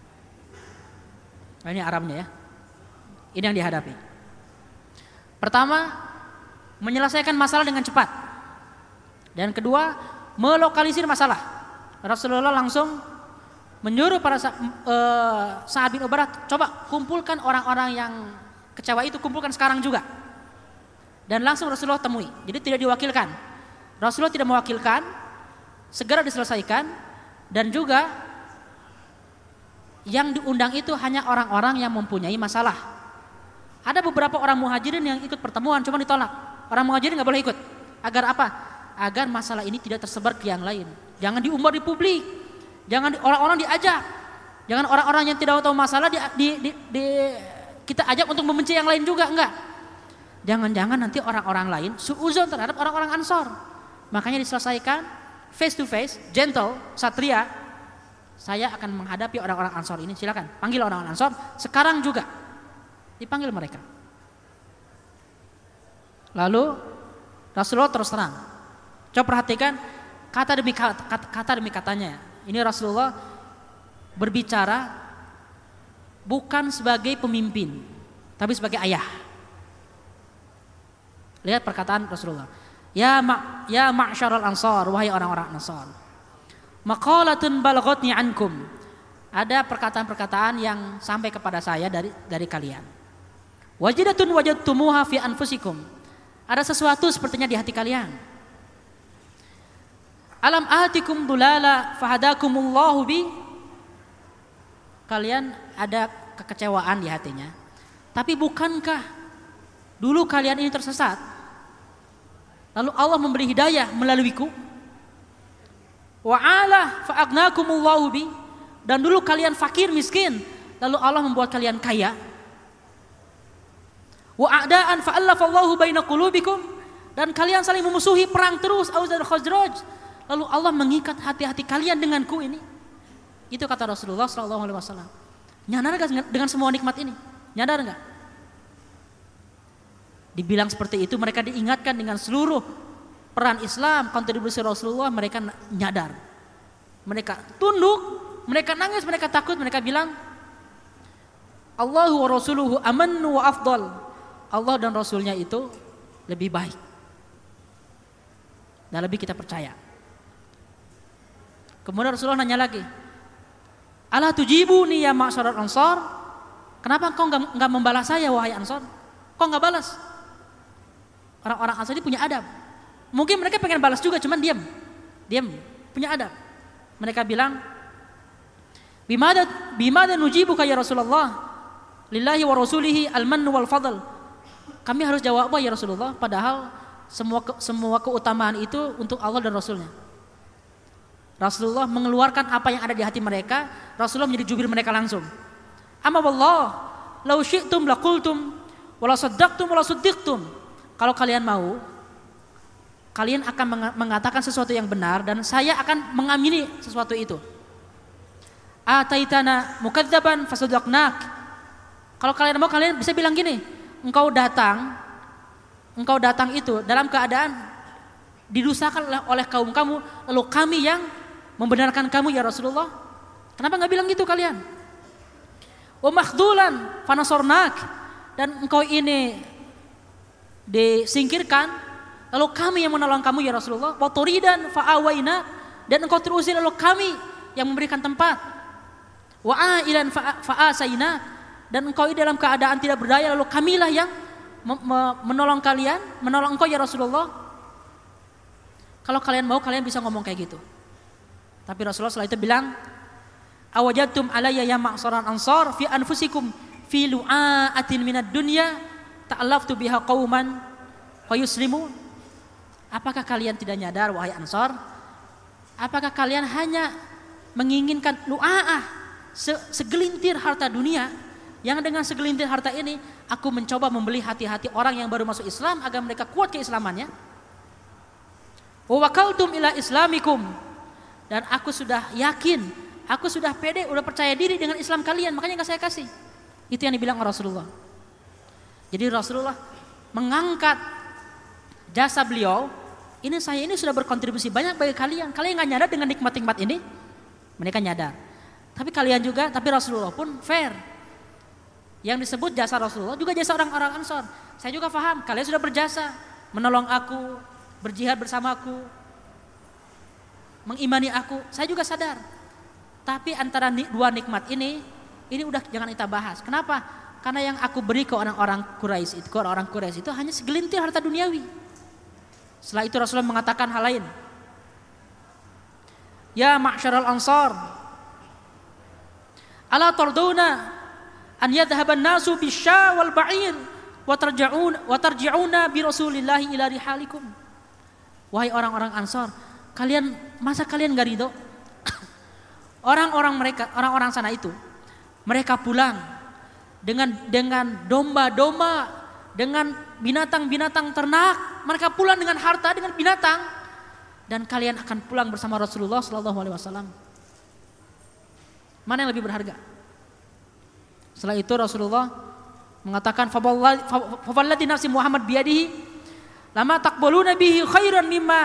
Nah, ini Arabnya ya. Ini yang dihadapi. Pertama, menyelesaikan masalah dengan cepat. Dan kedua, melokalisir masalah. Rasulullah langsung menyuruh para Sa'ad bin Ubadah, coba kumpulkan orang-orang yang kecewa itu, kumpulkan sekarang juga. Dan langsung Rasulullah temui. Jadi tidak diwakilkan. Rasulullah tidak mewakilkan, segera diselesaikan. Dan juga yang diundang itu hanya orang-orang yang mempunyai masalah. Ada beberapa orang muhajirin yang ikut pertemuan, cuma ditolak. Orang muhajirin gak boleh ikut. Agar apa? Agar masalah ini tidak tersebar ke yang lain. Jangan diumbar di publik. Jangan orang-orang diajak. Jangan orang-orang yang tidak tahu masalah kita ajak untuk membenci yang lain juga. Enggak. Jangan-jangan nanti orang-orang lain suuzon terhadap orang-orang Ansar. Makanya diselesaikan face to face, gentle, satria. Saya akan menghadapi orang-orang Ansar ini. Silakan panggil orang-orang Ansar sekarang juga. Dipanggil mereka. Lalu Rasulullah terus terang. Coba perhatikan kata demi katanya. Ini Rasulullah berbicara bukan sebagai pemimpin, tapi sebagai ayah. Lihat perkataan Rasulullah. Ya ma'syarul ansar, wahai orang-orang Ansar. Maqalatun balaghatni ankum. Ada perkataan-perkataan yang sampai kepada saya dari kalian. Wajidatun wajadtumuha fi anfusikum. Ada sesuatu sepertinya di hati kalian. Alam ahatikum dulala fahadakumullahu bi. Kalian ada kekecewaan di hatinya. Tapi bukankah dulu kalian ini tersesat? Lalu Allah memberi hidayah melaluiku. Wa'ala fa'agnakumullahu bi. Dan dulu kalian fakir miskin, lalu Allah membuat kalian kaya. Wa a'daan fa'allafallahu baina qulubikum, dan kalian saling memusuhi, perang terus Aus dan Khazraj. Lalu Allah mengikat hati-hati kalian denganku ini. Itu kata Rasulullah sallallahu alaihi wasallam. Nyadar enggak dengan semua nikmat ini? Nyadar enggak? Dibilang seperti itu, mereka diingatkan dengan seluruh peran Islam, kontribusi Rasulullah, mereka nyadar. Mereka tunduk, mereka nangis, mereka takut, mereka bilang Allahu wa rasuluhu amannu wa afdal. Allah dan Rasulnya itu lebih baik dan lebih kita percaya. Kemudian Rasulullah nanya lagi, ala tujibuni ya ma'syaral ansar, kenapa engkau enggak membalas saya wahai Ansar? Kok enggak balas? Orang-orang Ansar ini punya adab. Mungkin mereka pengen balas juga, cuman diam, punya adab. Mereka bilang, bimada nujibuka ya Rasulullah, lillahi wa rasulihi al-mannu wal fadl. Kami harus jawab apa ya Rasulullah, padahal semua keutamaan itu untuk Allah dan Rasulnya. Rasulullah mengeluarkan apa yang ada di hati mereka. Rasulullah menjadi jubir mereka langsung. Amma wallah, law syi'tum laqultum wa la saddaqtum wa la suddiqtum. Kalau kalian mau, kalian akan mengatakan sesuatu yang benar dan saya akan mengamini sesuatu itu. Ataitana mukadzaban fasaddaqnak. Kalau kalian mau, kalian bisa bilang gini, engkau datang itu dalam keadaan didustakan oleh kaum kamu, lalu kami yang membenarkan kamu ya Rasulullah. Kenapa enggak bilang gitu kalian? Wa makhdulan fanasornak, dan engkau ini disingkirkan, lalu kami yang menolong kamu ya Rasulullah. Wa turidan fa'awaina, dan engkau terusir lalu kami yang memberikan tempat. Wa ailan fa'asaina, dan engkau dalam keadaan tidak berdaya, lalu kamilah yang menolong kalian, menolong engkau ya Rasulullah. Kalau kalian mau, kalian bisa ngomong kayak gitu. Tapi Rasulullah setelah itu bilang, awajadtum alayya ya ma'saran ansar fi anfusikum fi lu'atin minad dunya ta'allaftu biha qauman fa yuslimun. Apakah kalian tidak nyadar wahai Ansar? Apakah kalian hanya menginginkan lu'a'ah, segelintir harta dunia, yang dengan segelintir harta ini aku mencoba membeli hati-hati orang yang baru masuk Islam agar mereka kuat keislamannya. Wa wakaltum ila islamikum, dan aku sudah yakin, aku sudah pede, udah percaya diri dengan Islam kalian, makanya enggak saya kasih. Itu yang dibilang Rasulullah. Jadi Rasulullah mengangkat jasa beliau. Saya ini sudah berkontribusi banyak bagi kalian. Kalian enggak nyadar dengan nikmat-nikmat ini? Mereka nyadar. Tapi kalian juga, tapi Rasulullah pun fair. Yang disebut jasa Rasulullah juga jasa orang-orang Ansar. Saya juga paham, kalian sudah berjasa, menolong aku, berjihad bersamaku, mengimani aku. Saya juga sadar. Tapi antara dua nikmat ini udah jangan kita bahas. Kenapa? Karena yang aku beri ke orang-orang Quraisy itu hanya segelintir harta duniawi. Setelah itu Rasulullah mengatakan hal lain. Ya ma'syaral ansar, ala tarduna an yadhhaban nasu bisya wal ba'ir wa tarji'una bi rasulillahi ila rihalikum. Wahai orang-orang Ansar, masa kalian enggak ridho? Orang-orang sana itu mereka pulang dengan domba-domba, dengan binatang-binatang ternak, mereka pulang dengan harta, dengan binatang, dan kalian akan pulang bersama Rasulullah sallallahu alaihi wasallam. Mana yang lebih berharga? Setelah itu Rasulullah mengatakan, "Fawalladhi nafsi Muhammad biyadihi, lama taqbaluna bihi khairan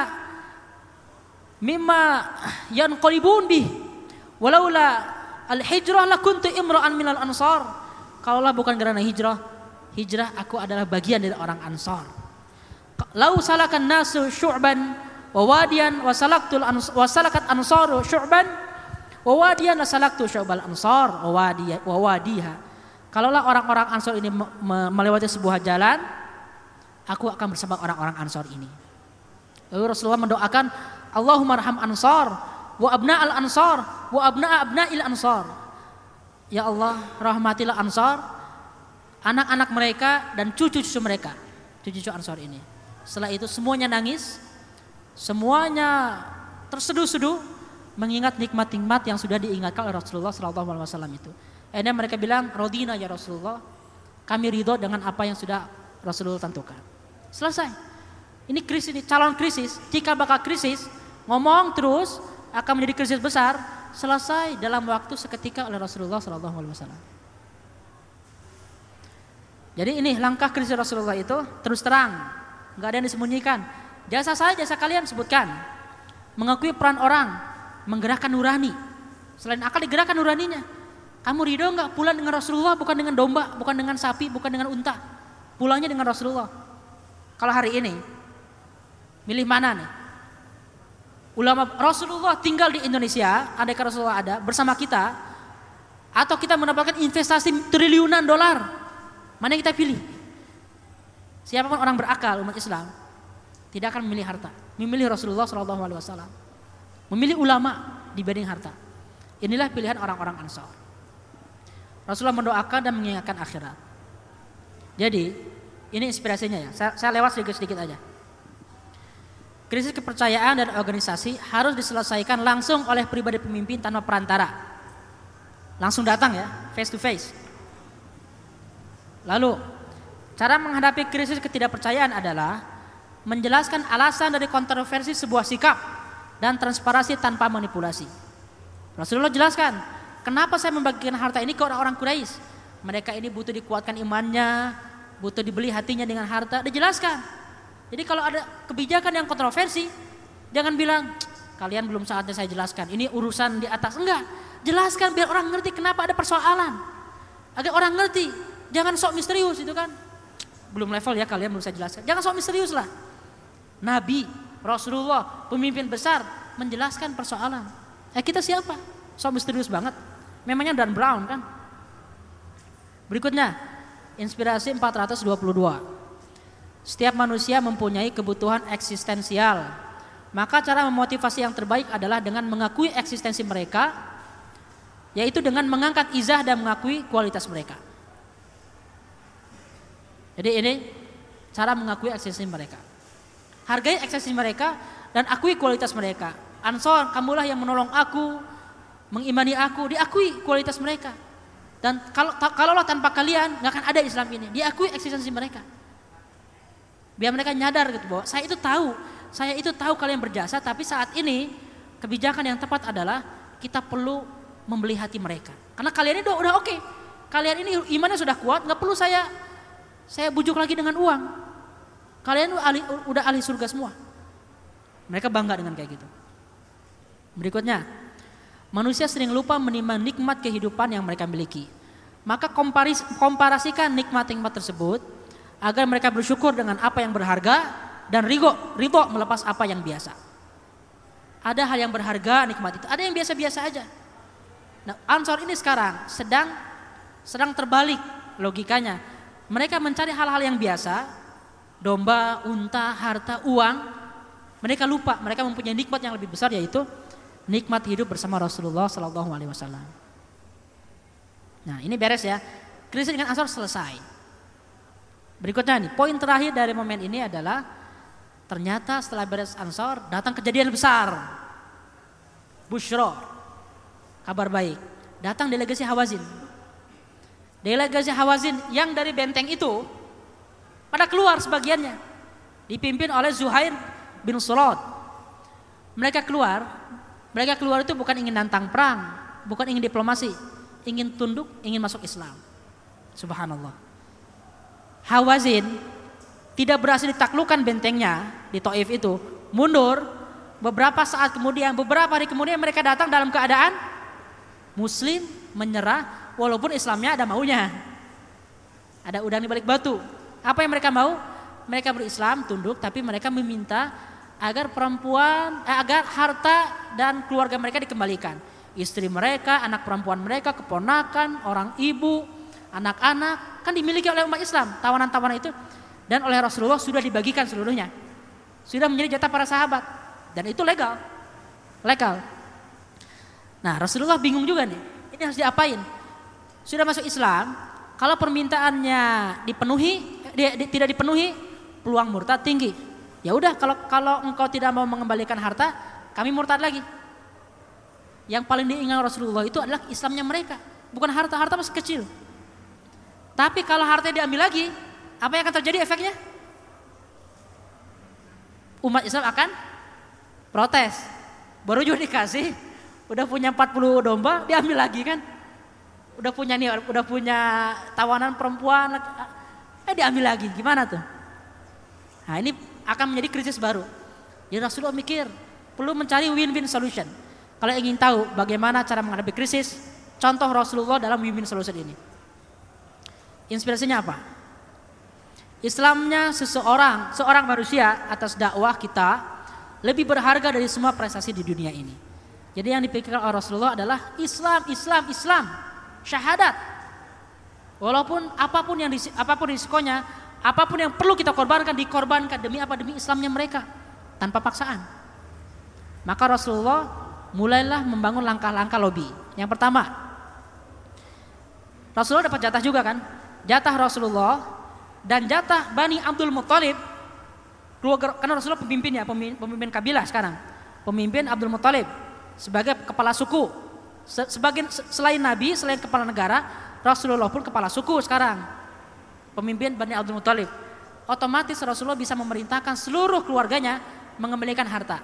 mimma yanqalibun bih, walaula al-hijrah lakuntu imra'an minal ansar." Kalaulah bukan karena hijrah aku adalah bagian dari orang Ansar. Lau salakan nasu syu'ban wa wadiyan wa salakat ansaru syu'ban wa wadiyan la salaktu syu'bal ansar wa wadiha. Kalaulah orang-orang Ansar ini melewati sebuah jalan, aku akan bersama orang-orang Ansar ini. Lalu Rasulullah mendoakan, Allahumma arham Ansar wa abna'al Ansar wa abna'il Ansar. Ya Allah, rahmatilah Ansar, anak-anak mereka dan cucu-cucu mereka, cucu-cucu Ansar ini. Setelah itu semuanya nangis, semuanya terseduh-seduh mengingat nikmat-nikmat yang sudah diingatkan oleh Rasulullah SAW itu. Akhirnya mereka bilang, Rodina ya Rasulullah, kami ridho dengan apa yang sudah Rasulullah tentukan. Selesai. Ini krisis, ini calon krisis. Jika bakal krisis, ngomong terus akan menjadi krisis besar, selesai dalam waktu seketika oleh Rasulullah SAW. Jadi ini langkah krisis Rasulullah itu terus terang, nggak ada yang disembunyikan. Jasa saya, jasa kalian sebutkan. Mengakui peran orang, menggerakkan nurani. Selain akal digerakkan nuraninya. Kamu ridho nggak pulang dengan Rasulullah, bukan dengan domba, bukan dengan sapi, bukan dengan unta. Pulangnya dengan Rasulullah. Kalau hari ini, milih mana nih? Ulama Rasulullah tinggal di Indonesia, andai Rasulullah ada bersama kita, atau kita mendapatkan investasi triliunan dolar, mana yang kita pilih? Siapapun orang berakal umat Islam tidak akan memilih harta, memilih Rasulullah SAW, memilih ulama dibanding harta. Inilah pilihan orang-orang Ansar. Rasulullah mendoakan dan mengingatkan akhirat. Jadi ini inspirasinya ya. Saya lewat sedikit-sedikit aja. Krisis kepercayaan dan organisasi harus diselesaikan langsung oleh pribadi pemimpin tanpa perantara. Langsung datang ya, face to face. Lalu, cara menghadapi krisis ketidakpercayaan adalah menjelaskan alasan dari kontroversi sebuah sikap dan transparansi tanpa manipulasi. Rasulullah jelaskan, kenapa saya membagikan harta ini ke orang-orang Quraisy? Mereka ini butuh dikuatkan imannya, butuh dibeli hatinya dengan harta. Dijelaskan. Jadi kalau ada kebijakan yang kontroversi, jangan bilang kalian belum saatnya saya jelaskan. Ini urusan di atas. Enggak, jelaskan biar orang ngerti kenapa ada persoalan. Agar orang ngerti, jangan sok misterius itu kan. Belum level ya kalian, belum saya jelaskan. Jangan sok misterius lah. Nabi, Rasulullah, pemimpin besar menjelaskan persoalan. Kita siapa? Sok misterius banget. Memangnya Dan Brown kan. Berikutnya, inspirasi 422. Setiap manusia mempunyai kebutuhan eksistensial. Maka cara memotivasi yang terbaik adalah dengan mengakui eksistensi mereka, yaitu dengan mengangkat izah dan mengakui kualitas mereka. Jadi ini cara mengakui eksistensi mereka. Hargai eksistensi mereka dan akui kualitas mereka. Ansor, kamulah yang menolong aku, mengimani aku, diakui kualitas mereka. Dan kalaulah tanpa kalian nggak akan ada Islam ini. Diakui eksistensi mereka. Biar mereka nyadar gitu bahwa saya itu tahu kalian berjasa, tapi saat ini kebijakan yang tepat adalah kita perlu membeli hati mereka. Karena kalian ini udah oke. Kalian ini imannya sudah kuat, nggak perlu saya bujuk lagi dengan uang. Kalian udah ahli surga semua. Mereka bangga dengan kayak gitu. Berikutnya, manusia sering lupa menimbang nikmat kehidupan yang mereka miliki. Maka komparasikan nikmat-nikmat tersebut agar mereka bersyukur dengan apa yang berharga dan ridho melepas apa yang biasa. Ada hal yang berharga nikmat itu, ada yang biasa-biasa aja. Nah, Ansor ini sekarang sedang terbalik logikanya. Mereka mencari hal-hal yang biasa, domba, unta, harta, uang. Mereka lupa, mereka mempunyai nikmat yang lebih besar, yaitu nikmat hidup bersama Rasulullah SAW. Nah, ini beres ya. Krisis dengan Ansor selesai. Berikutnya nih, poin terakhir dari momen ini adalah ternyata setelah beres Ansor datang kejadian besar. Busyra, kabar baik. Datang delegasi Hawazin. Delegasi Hawazin yang dari benteng itu pada keluar sebagiannya, dipimpin oleh Zuhair bin Surad. Mereka keluar itu bukan ingin nantang perang, bukan ingin diplomasi, ingin tunduk, ingin masuk Islam. Subhanallah. Hawazin tidak berhasil ditaklukkan bentengnya di Taif itu, mundur. Beberapa hari kemudian mereka datang dalam keadaan Muslim, menyerah, walaupun Islamnya ada maunya. Ada udang di balik batu. Apa yang mereka mau? Mereka berislam, tunduk, tapi mereka meminta agar agar harta dan keluarga mereka dikembalikan. Istri mereka, anak perempuan mereka, keponakan, orang ibu, anak-anak kan dimiliki oleh umat Islam, tawanan-tawanan itu, dan oleh Rasulullah sudah dibagikan seluruhnya, sudah menjadi jatah para sahabat, dan itu legal. Nah, Rasulullah bingung juga nih, ini harus diapain? Sudah masuk Islam, kalau permintaannya tidak dipenuhi, peluang murtad tinggi. Ya udah, kalau engkau tidak mau mengembalikan harta, kami murtad lagi. Yang paling diingat Rasulullah itu adalah Islamnya mereka, bukan harta masih kecil. Tapi kalau harta diambil lagi, apa yang akan terjadi efeknya? Umat Islam akan protes. Baru juga dikasih, udah punya 40 domba, diambil lagi kan? Udah punya tawanan perempuan, diambil lagi. Gimana tuh? Nah, ini akan menjadi krisis baru. Jadi Rasulullah mikir, perlu mencari win-win solution. Kalau ingin tahu bagaimana cara menghadapi krisis, contoh Rasulullah dalam win-win solution ini. Inspirasinya apa? Islamnya seorang manusia atas dakwah kita lebih berharga dari semua prestasi di dunia ini. Jadi yang dipikirkan oleh Rasulullah adalah Islam, syahadat. Walaupun apapun risikonya, apapun yang perlu kita korbankan, dikorbankan demi apa? Demi Islamnya mereka, tanpa paksaan. Maka Rasulullah mulailah membangun langkah-langkah lobby. Yang pertama, Rasulullah dapat jatah juga kan? Jatah Rasulullah dan jatah Bani Abdul Muthalib, karena Rasulullah pemimpinnya, pemimpin kabilah sekarang, pemimpin Abdul Muthalib sebagai kepala suku. Selain Nabi, selain kepala negara, Rasulullah pun kepala suku sekarang, pemimpin Bani Abdul Muthalib. Otomatis Rasulullah bisa memerintahkan seluruh keluarganya mengembalikan harta.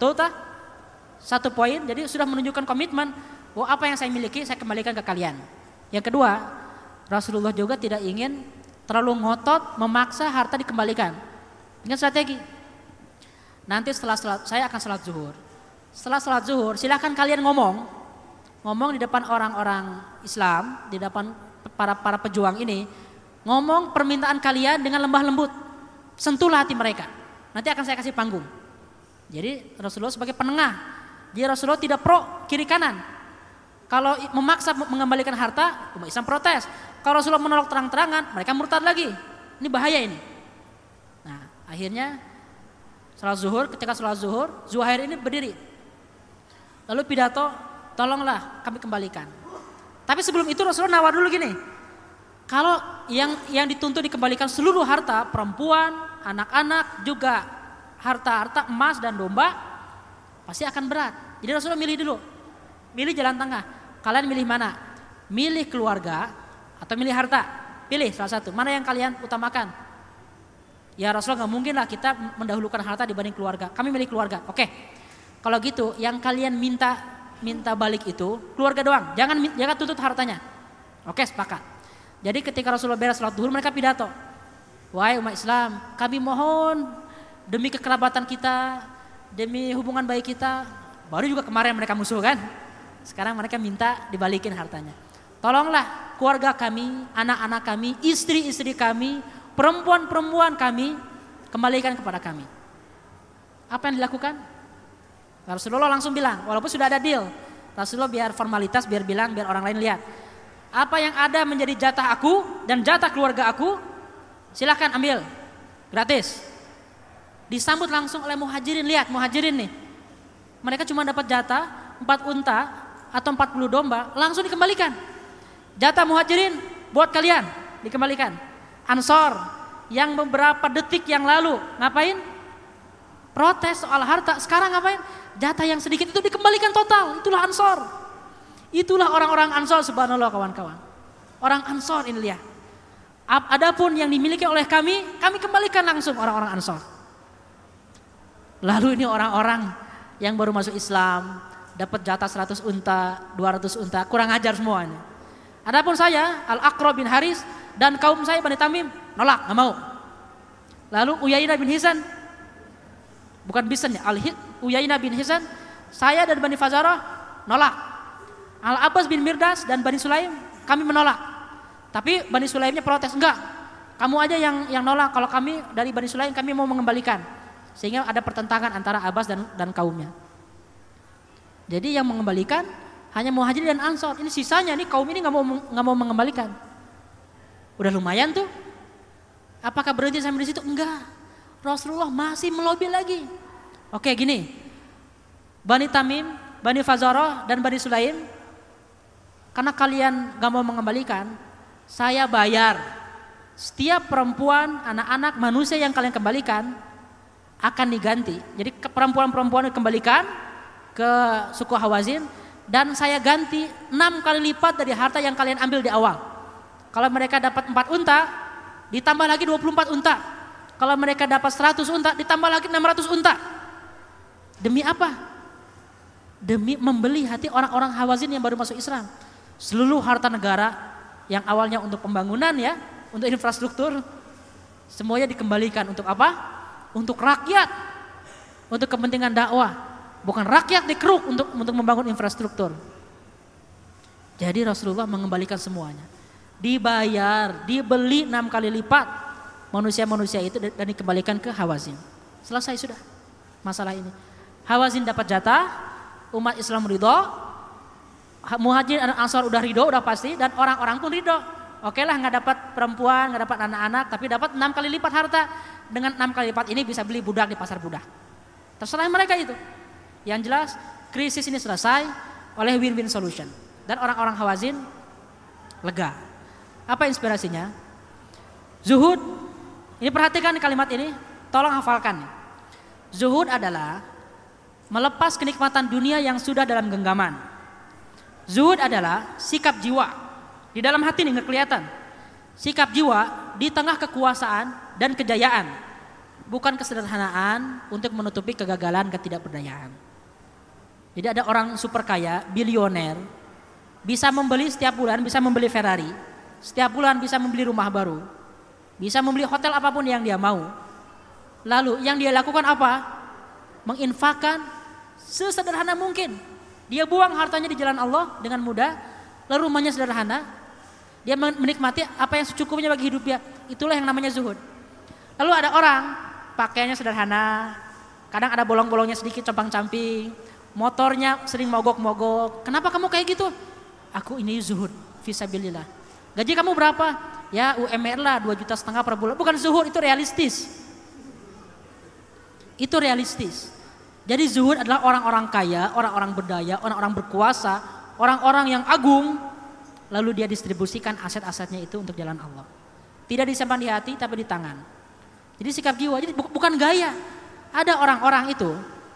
Satu poin, jadi sudah menunjukkan komitmen bahwa apa yang saya miliki saya kembalikan ke kalian. Yang kedua, Rasulullah juga tidak ingin terlalu ngotot memaksa harta dikembalikan. Dengan strategi. Nanti saya akan salat zuhur. Setelah salat zuhur, silakan kalian ngomong di depan orang-orang Islam, di depan para pejuang ini, ngomong permintaan kalian dengan lembah lembut. Sentuhlah hati mereka. Nanti akan saya kasih panggung. Jadi Rasulullah sebagai penengah. Jadi Rasulullah tidak pro kiri kanan. Kalau memaksa mengembalikan harta, umat Islam protes. Kalau Rasulullah menolak terang-terangan, mereka murtad lagi. Ini bahaya ini. Nah, akhirnya ketika salat zuhur, Zuhair ini berdiri. Lalu pidato, tolonglah kami kembalikan. Tapi sebelum itu Rasulullah nawar dulu gini. Kalau yang dituntut dikembalikan seluruh harta, perempuan, anak-anak, juga harta emas dan domba, pasti akan berat. Jadi Rasulullah milih dulu. Milih jalan tengah. Kalian milih mana? Milih keluarga atau milih harta? Pilih salah satu. Mana yang kalian utamakan? Ya Rasulullah, nggak mungkin lah kita mendahulukan harta dibanding keluarga. Kami milih keluarga. Oke. Kalau gitu, yang kalian minta balik itu keluarga doang. Jangan tuntut hartanya. Oke, sepakat. Jadi ketika Rasulullah beres salat zuhur, mereka pidato. Wahai umat Islam, kami mohon demi kekerabatan kita, demi hubungan baik kita. Baru juga kemarin mereka musuh kan? Sekarang mereka minta dibalikin hartanya. Tolonglah keluarga kami, anak-anak kami, istri-istri kami, perempuan-perempuan kami, kembalikan kepada kami. Apa yang dilakukan? Rasulullah langsung bilang, walaupun sudah ada deal, Rasulullah biar formalitas, biar orang lain lihat. Apa yang ada menjadi jatah aku dan jatah keluarga aku, silakan ambil, gratis. Disambut langsung oleh muhajirin. Lihat muhajirin nih, mereka cuma dapat jatah 4 unta atau 40 domba, langsung dikembalikan. Jatah muhajirin buat kalian, dikembalikan. Ansor yang beberapa detik yang lalu ngapain? Protes soal harta, sekarang ngapain? Jatah yang sedikit itu dikembalikan total. Itulah Ansor. Itulah orang-orang Ansor, subhanallah kawan-kawan. Orang Ansor ini lihat. Adapun yang dimiliki oleh kami kembalikan langsung orang-orang Ansor. Lalu ini orang-orang yang baru masuk Islam, dapat jatah 100 unta, 200 unta, kurang ajar semuanya. Adapun saya, Al-Aqra bin Haris dan kaum saya Bani Tamim, nolak, nggak mau. Lalu Uyainah bin Hisan, bukan Bisan ya, Uyainah bin Hisan, saya dan Bani Fazarah nolak. Al-Abbas bin Mirdas dan Bani Sulaim, kami menolak. Tapi Bani Sulaimnya protes, enggak, kamu aja yang nolak, kalau kami dari Bani Sulaim kami mau mengembalikan. Sehingga ada pertentangan antara Abbas dan kaumnya. Jadi yang mengembalikan hanya Muhajirin dan Ansor. Ini sisanya nih kaum ini nggak mau mengembalikan. Udah lumayan tuh. Apakah berhenti sampai di situ? Enggak. Rasulullah masih melobi lagi. Oke gini. Bani Tamim, Bani Fazarah dan Bani Sulaim, karena kalian nggak mau mengembalikan, saya bayar setiap perempuan, anak-anak, manusia yang kalian kembalikan akan diganti. Jadi perempuan-perempuan dikembalikan ke suku Hawazin dan saya ganti 6 kali lipat dari harta yang kalian ambil di awal. Kalau mereka dapat 4 unta, ditambah lagi 24 unta. Kalau mereka dapat 100 unta, ditambah lagi 600 unta. Demi apa? Demi membeli hati orang-orang Hawazin yang baru masuk Islam. Seluruh harta negara yang awalnya untuk pembangunan ya, untuk infrastruktur, semuanya dikembalikan untuk apa? Untuk rakyat, untuk kepentingan dakwah. Bukan rakyat dikeruk untuk membangun infrastruktur. Jadi Rasulullah mengembalikan semuanya. Dibayar, dibeli 6 kali lipat manusia-manusia itu dan dikembalikan ke Hawazin. Selesai sudah masalah ini. Hawazin dapat jatah, umat Islam ridho, Muhajirin dan Ansar udah ridho, udah pasti, dan orang-orang pun ridho. Oke lah, nggak dapat perempuan, nggak dapat anak-anak, tapi dapat 6 kali lipat harta. Dengan 6 kali lipat ini bisa beli budak di pasar budak. Terserah mereka itu. Yang jelas krisis ini selesai oleh win-win solution. Dan orang-orang Hawazin lega. Apa inspirasinya? Zuhud. Ini perhatikan kalimat ini, tolong hafalkan. Zuhud adalah melepas kenikmatan dunia yang sudah dalam genggaman. Zuhud adalah sikap jiwa. Di dalam hati nih nggak kelihatan. Sikap jiwa di tengah kekuasaan dan kejayaan. Bukan kesederhanaan untuk menutupi kegagalan, ketidakberdayaan. Jadi ada orang super kaya, bilioner, bisa membeli setiap bulan, bisa membeli Ferrari, setiap bulan bisa membeli rumah baru, bisa membeli hotel apapun yang dia mau. Lalu yang dia lakukan apa? Menginfakkan sesederhana mungkin. Dia buang hartanya di jalan Allah dengan mudah, lalu rumahnya sederhana. Dia menikmati apa yang secukupnya bagi hidup dia. Itulah yang namanya zuhud. Lalu ada orang pakaiannya sederhana, kadang ada bolong-bolongnya sedikit, compang-camping, motornya sering mogok-mogok. Kenapa kamu kayak gitu? Aku ini zuhud, fisabilillah. Gaji kamu berapa? Ya UMR lah 2,5 juta per bulan. Bukan zuhud, itu realistis. Itu realistis. Jadi zuhud adalah orang-orang kaya, orang-orang berdaya, orang-orang berkuasa, orang-orang yang agung. Lalu dia distribusikan aset-asetnya itu untuk jalan Allah. Tidak disimpan di hati tapi di tangan. Jadi sikap jiwa, jadi bukan gaya. Ada orang-orang itu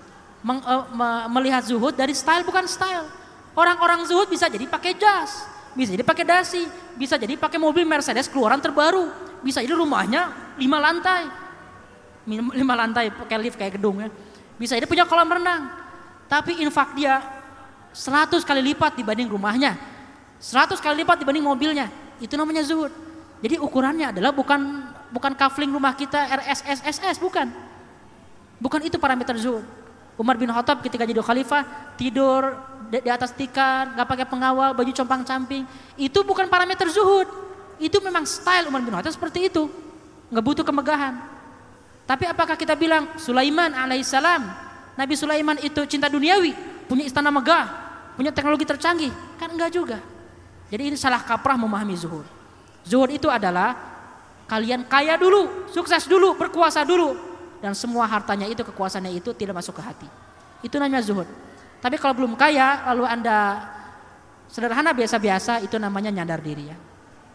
melihat zuhud dari style, bukan style. Orang-orang zuhud bisa jadi pakai jas, bisa jadi pakai dasi, bisa jadi pakai mobil Mercedes keluaran terbaru, bisa jadi rumahnya 5 lantai, 5 lantai pakai lift kayak gedung ya. Bisa jadi punya kolam renang, tapi infak dia 100 kali lipat dibanding rumahnya, 100 kali lipat dibanding mobilnya. Itu namanya zuhud. Jadi ukurannya adalah bukan kafling rumah kita RSSSS, bukan. Bukan itu parameter zuhud. Umar bin Khattab ketika jadi khalifah tidur di atas tikar, nggak pakai pengawal, baju compang-camping. Itu bukan parameter zuhud. Itu memang style Umar bin Khattab seperti itu. Nggak butuh kemegahan. Tapi apakah kita bilang Sulaiman alaihissalam, Nabi Sulaiman itu cinta duniawi, punya istana megah, punya teknologi tercanggih? Kan enggak juga. Jadi ini salah kaprah memahami zuhud. Zuhud itu adalah kalian kaya dulu, sukses dulu, berkuasa dulu, dan semua hartanya itu, kekuasaannya itu tidak masuk ke hati. Itu namanya zuhud. Tapi kalau belum kaya, lalu Anda sederhana biasa-biasa, itu namanya nyadar diri ya.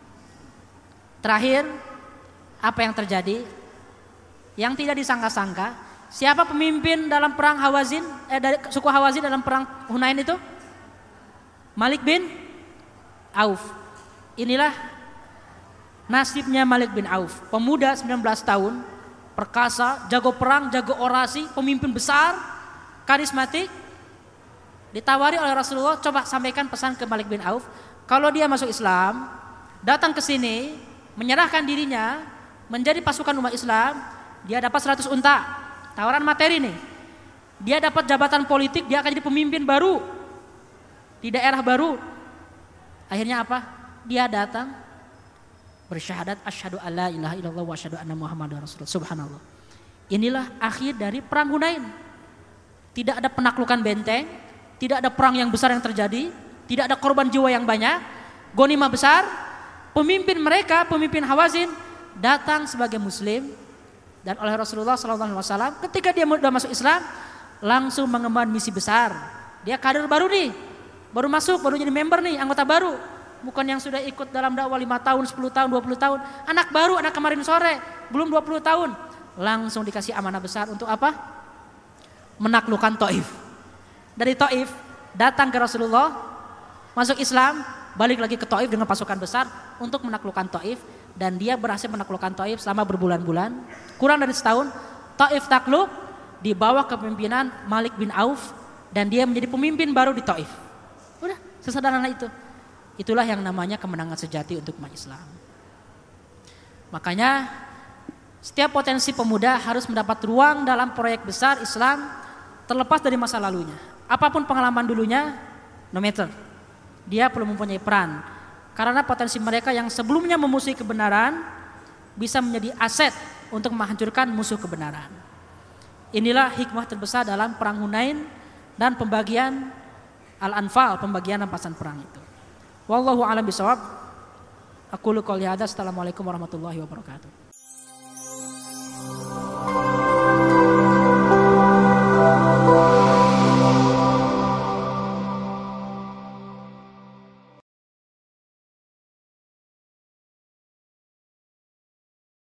Terakhir, apa yang terjadi? Yang tidak disangka-sangka, siapa pemimpin dalam perang Hawazin, dari suku Hawazin dalam perang Hunain itu? Malik bin Auf. Inilah nasibnya Malik bin Auf. Pemuda 19 tahun, perkasa, jago perang, jago orasi, pemimpin besar, karismatik. Ditawari oleh Rasulullah, coba sampaikan pesan ke Malik bin Auf. Kalau dia masuk Islam, datang ke sini, menyerahkan dirinya, menjadi pasukan umat Islam, dia dapat 100 unta. Tawaran materi nih. Dia dapat jabatan politik, dia akan jadi pemimpin baru di daerah baru. Akhirnya apa? Dia datang bersyahadat asyhadu alla ilaha illallah wa asyhadu anna muhammadar rasulullah. Subhanallah. Inilah akhir dari perang Hunain. Tidak ada penaklukan benteng, tidak ada perang yang besar yang terjadi, tidak ada korban jiwa yang banyak, ghanimah besar. Pemimpin mereka, pemimpin Hawazin datang sebagai muslim, dan oleh Rasulullah SAW ketika dia sudah masuk Islam langsung mengemban misi besar. Dia kader baru nih, baru masuk, baru jadi member nih, anggota baru. Bukan yang sudah ikut dalam dakwah 5 tahun, 10 tahun, 20 tahun. Anak baru, anak kemarin sore, belum 20 tahun. Langsung dikasih amanah besar untuk apa? Menaklukkan Taif. Dari Taif datang ke Rasulullah, masuk Islam, balik lagi ke Taif dengan pasukan besar untuk menaklukkan Taif. dan dia berhasil menaklukkan Taif selama berbulan-bulan, kurang dari setahun. Taif takluk di bawah kepemimpinan Malik bin Auf dan dia menjadi pemimpin baru di Taif. Udah, sesederhana itu. Itulah yang namanya kemenangan sejati untuk umat Islam. Makanya setiap potensi pemuda harus mendapat ruang dalam proyek besar Islam terlepas dari masa lalunya. Apapun pengalaman dulunya, no matter. Dia perlu mempunyai peran. Karena potensi mereka yang sebelumnya memusuhi kebenaran bisa menjadi aset untuk menghancurkan musuh kebenaran. Inilah hikmah terbesar dalam perang Hunain dan pembagian Al-Anfal, pembagian rampasan perang itu. Wallahu a'lam bishawab. Aqulu qouli hadza. Assalamualaikum warahmatullahi wabarakatuh.